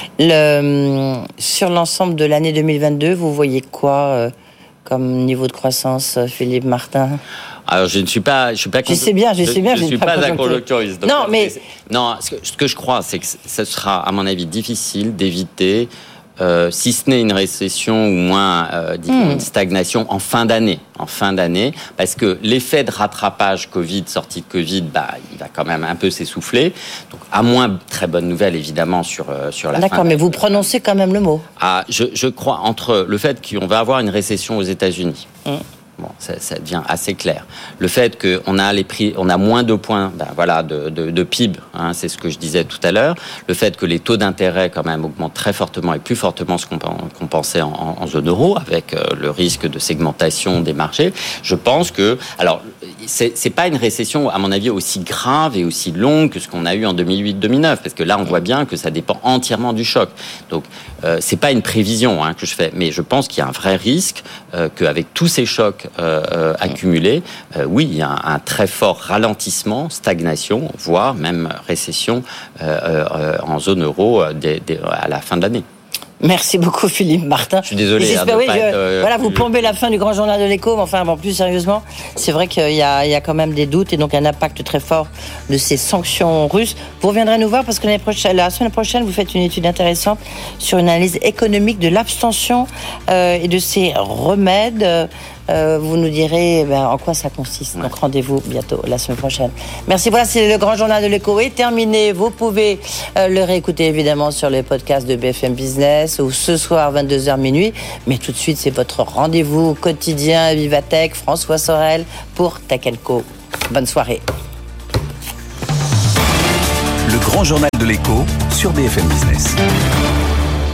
Le, sur l'ensemble de l'année deux mille vingt-deux, vous voyez quoi euh, comme niveau de croissance, Philippe Martin ? Alors, je ne suis pas, je suis pas. Je sais bien, je sais bien. Je ne suis pas un conjoncturiste. Non, mais non. Ce que, ce que je crois, c'est que ce sera, à mon avis, difficile d'éviter, euh, si ce n'est une récession ou moins, euh, disons, mmh. une stagnation en fin d'année, en fin d'année, parce que l'effet de rattrapage Covid, sortie de Covid, bah, il va quand même un peu s'essouffler. Donc, à moins très bonne nouvelle évidemment sur euh, sur la. D'accord, fin mais vous prononcez quand même le mot. Ah, je, je crois entre le fait qu'on va avoir une récession aux États-Unis. Mmh. Bon, ça, ça devient assez clair. Le fait qu'on a les prix, on a moins de points, ben voilà, de, de, de P I B, hein, c'est ce que je disais tout à l'heure. Le fait que les taux d'intérêt quand même augmentent très fortement et plus fortement ce qu'on, qu'on pensait en, en zone euro, avec euh, le risque de segmentation des marchés. Je pense que, alors, c'est, c'est pas une récession à mon avis aussi grave et aussi longue que ce qu'on a eu en deux mille huit deux mille neuf, parce que là on voit bien que ça dépend entièrement du choc. Donc euh, c'est pas une prévision hein, que je fais, mais je pense qu'il y a un vrai risque euh, qu'avec tous ces chocs Euh, euh, accumulés, euh, oui, il y a un, un très fort ralentissement, stagnation, voire même récession euh, euh, en zone euro euh, dès, dès, à la fin de l'année. Merci beaucoup Philippe Martin. Je suis désolé. Hein, de oui, pas je, être, euh, voilà, vous plombez la fin du grand journal de l'écho, mais enfin, bon, plus sérieusement, c'est vrai qu'il y a, il y a quand même des doutes et donc un impact très fort de ces sanctions russes. Vous reviendrez nous voir parce que l'année prochaine, la semaine prochaine, vous faites une étude intéressante sur une analyse économique de l'abstention euh, et de ses remèdes. Euh, vous nous direz ben, en quoi ça consiste. Ouais. Donc rendez-vous bientôt la semaine prochaine. Merci. Voilà, c'est le grand journal de l'écho est terminé. Vous pouvez euh, le réécouter évidemment sur les podcasts de B F M Business ou ce soir vingt-deux heures minuit. Mais tout de suite, c'est votre rendez-vous quotidien Vivatech, François Sorel pour Tech and Co. Bonne soirée. Le grand journal de l'écho sur B F M Business.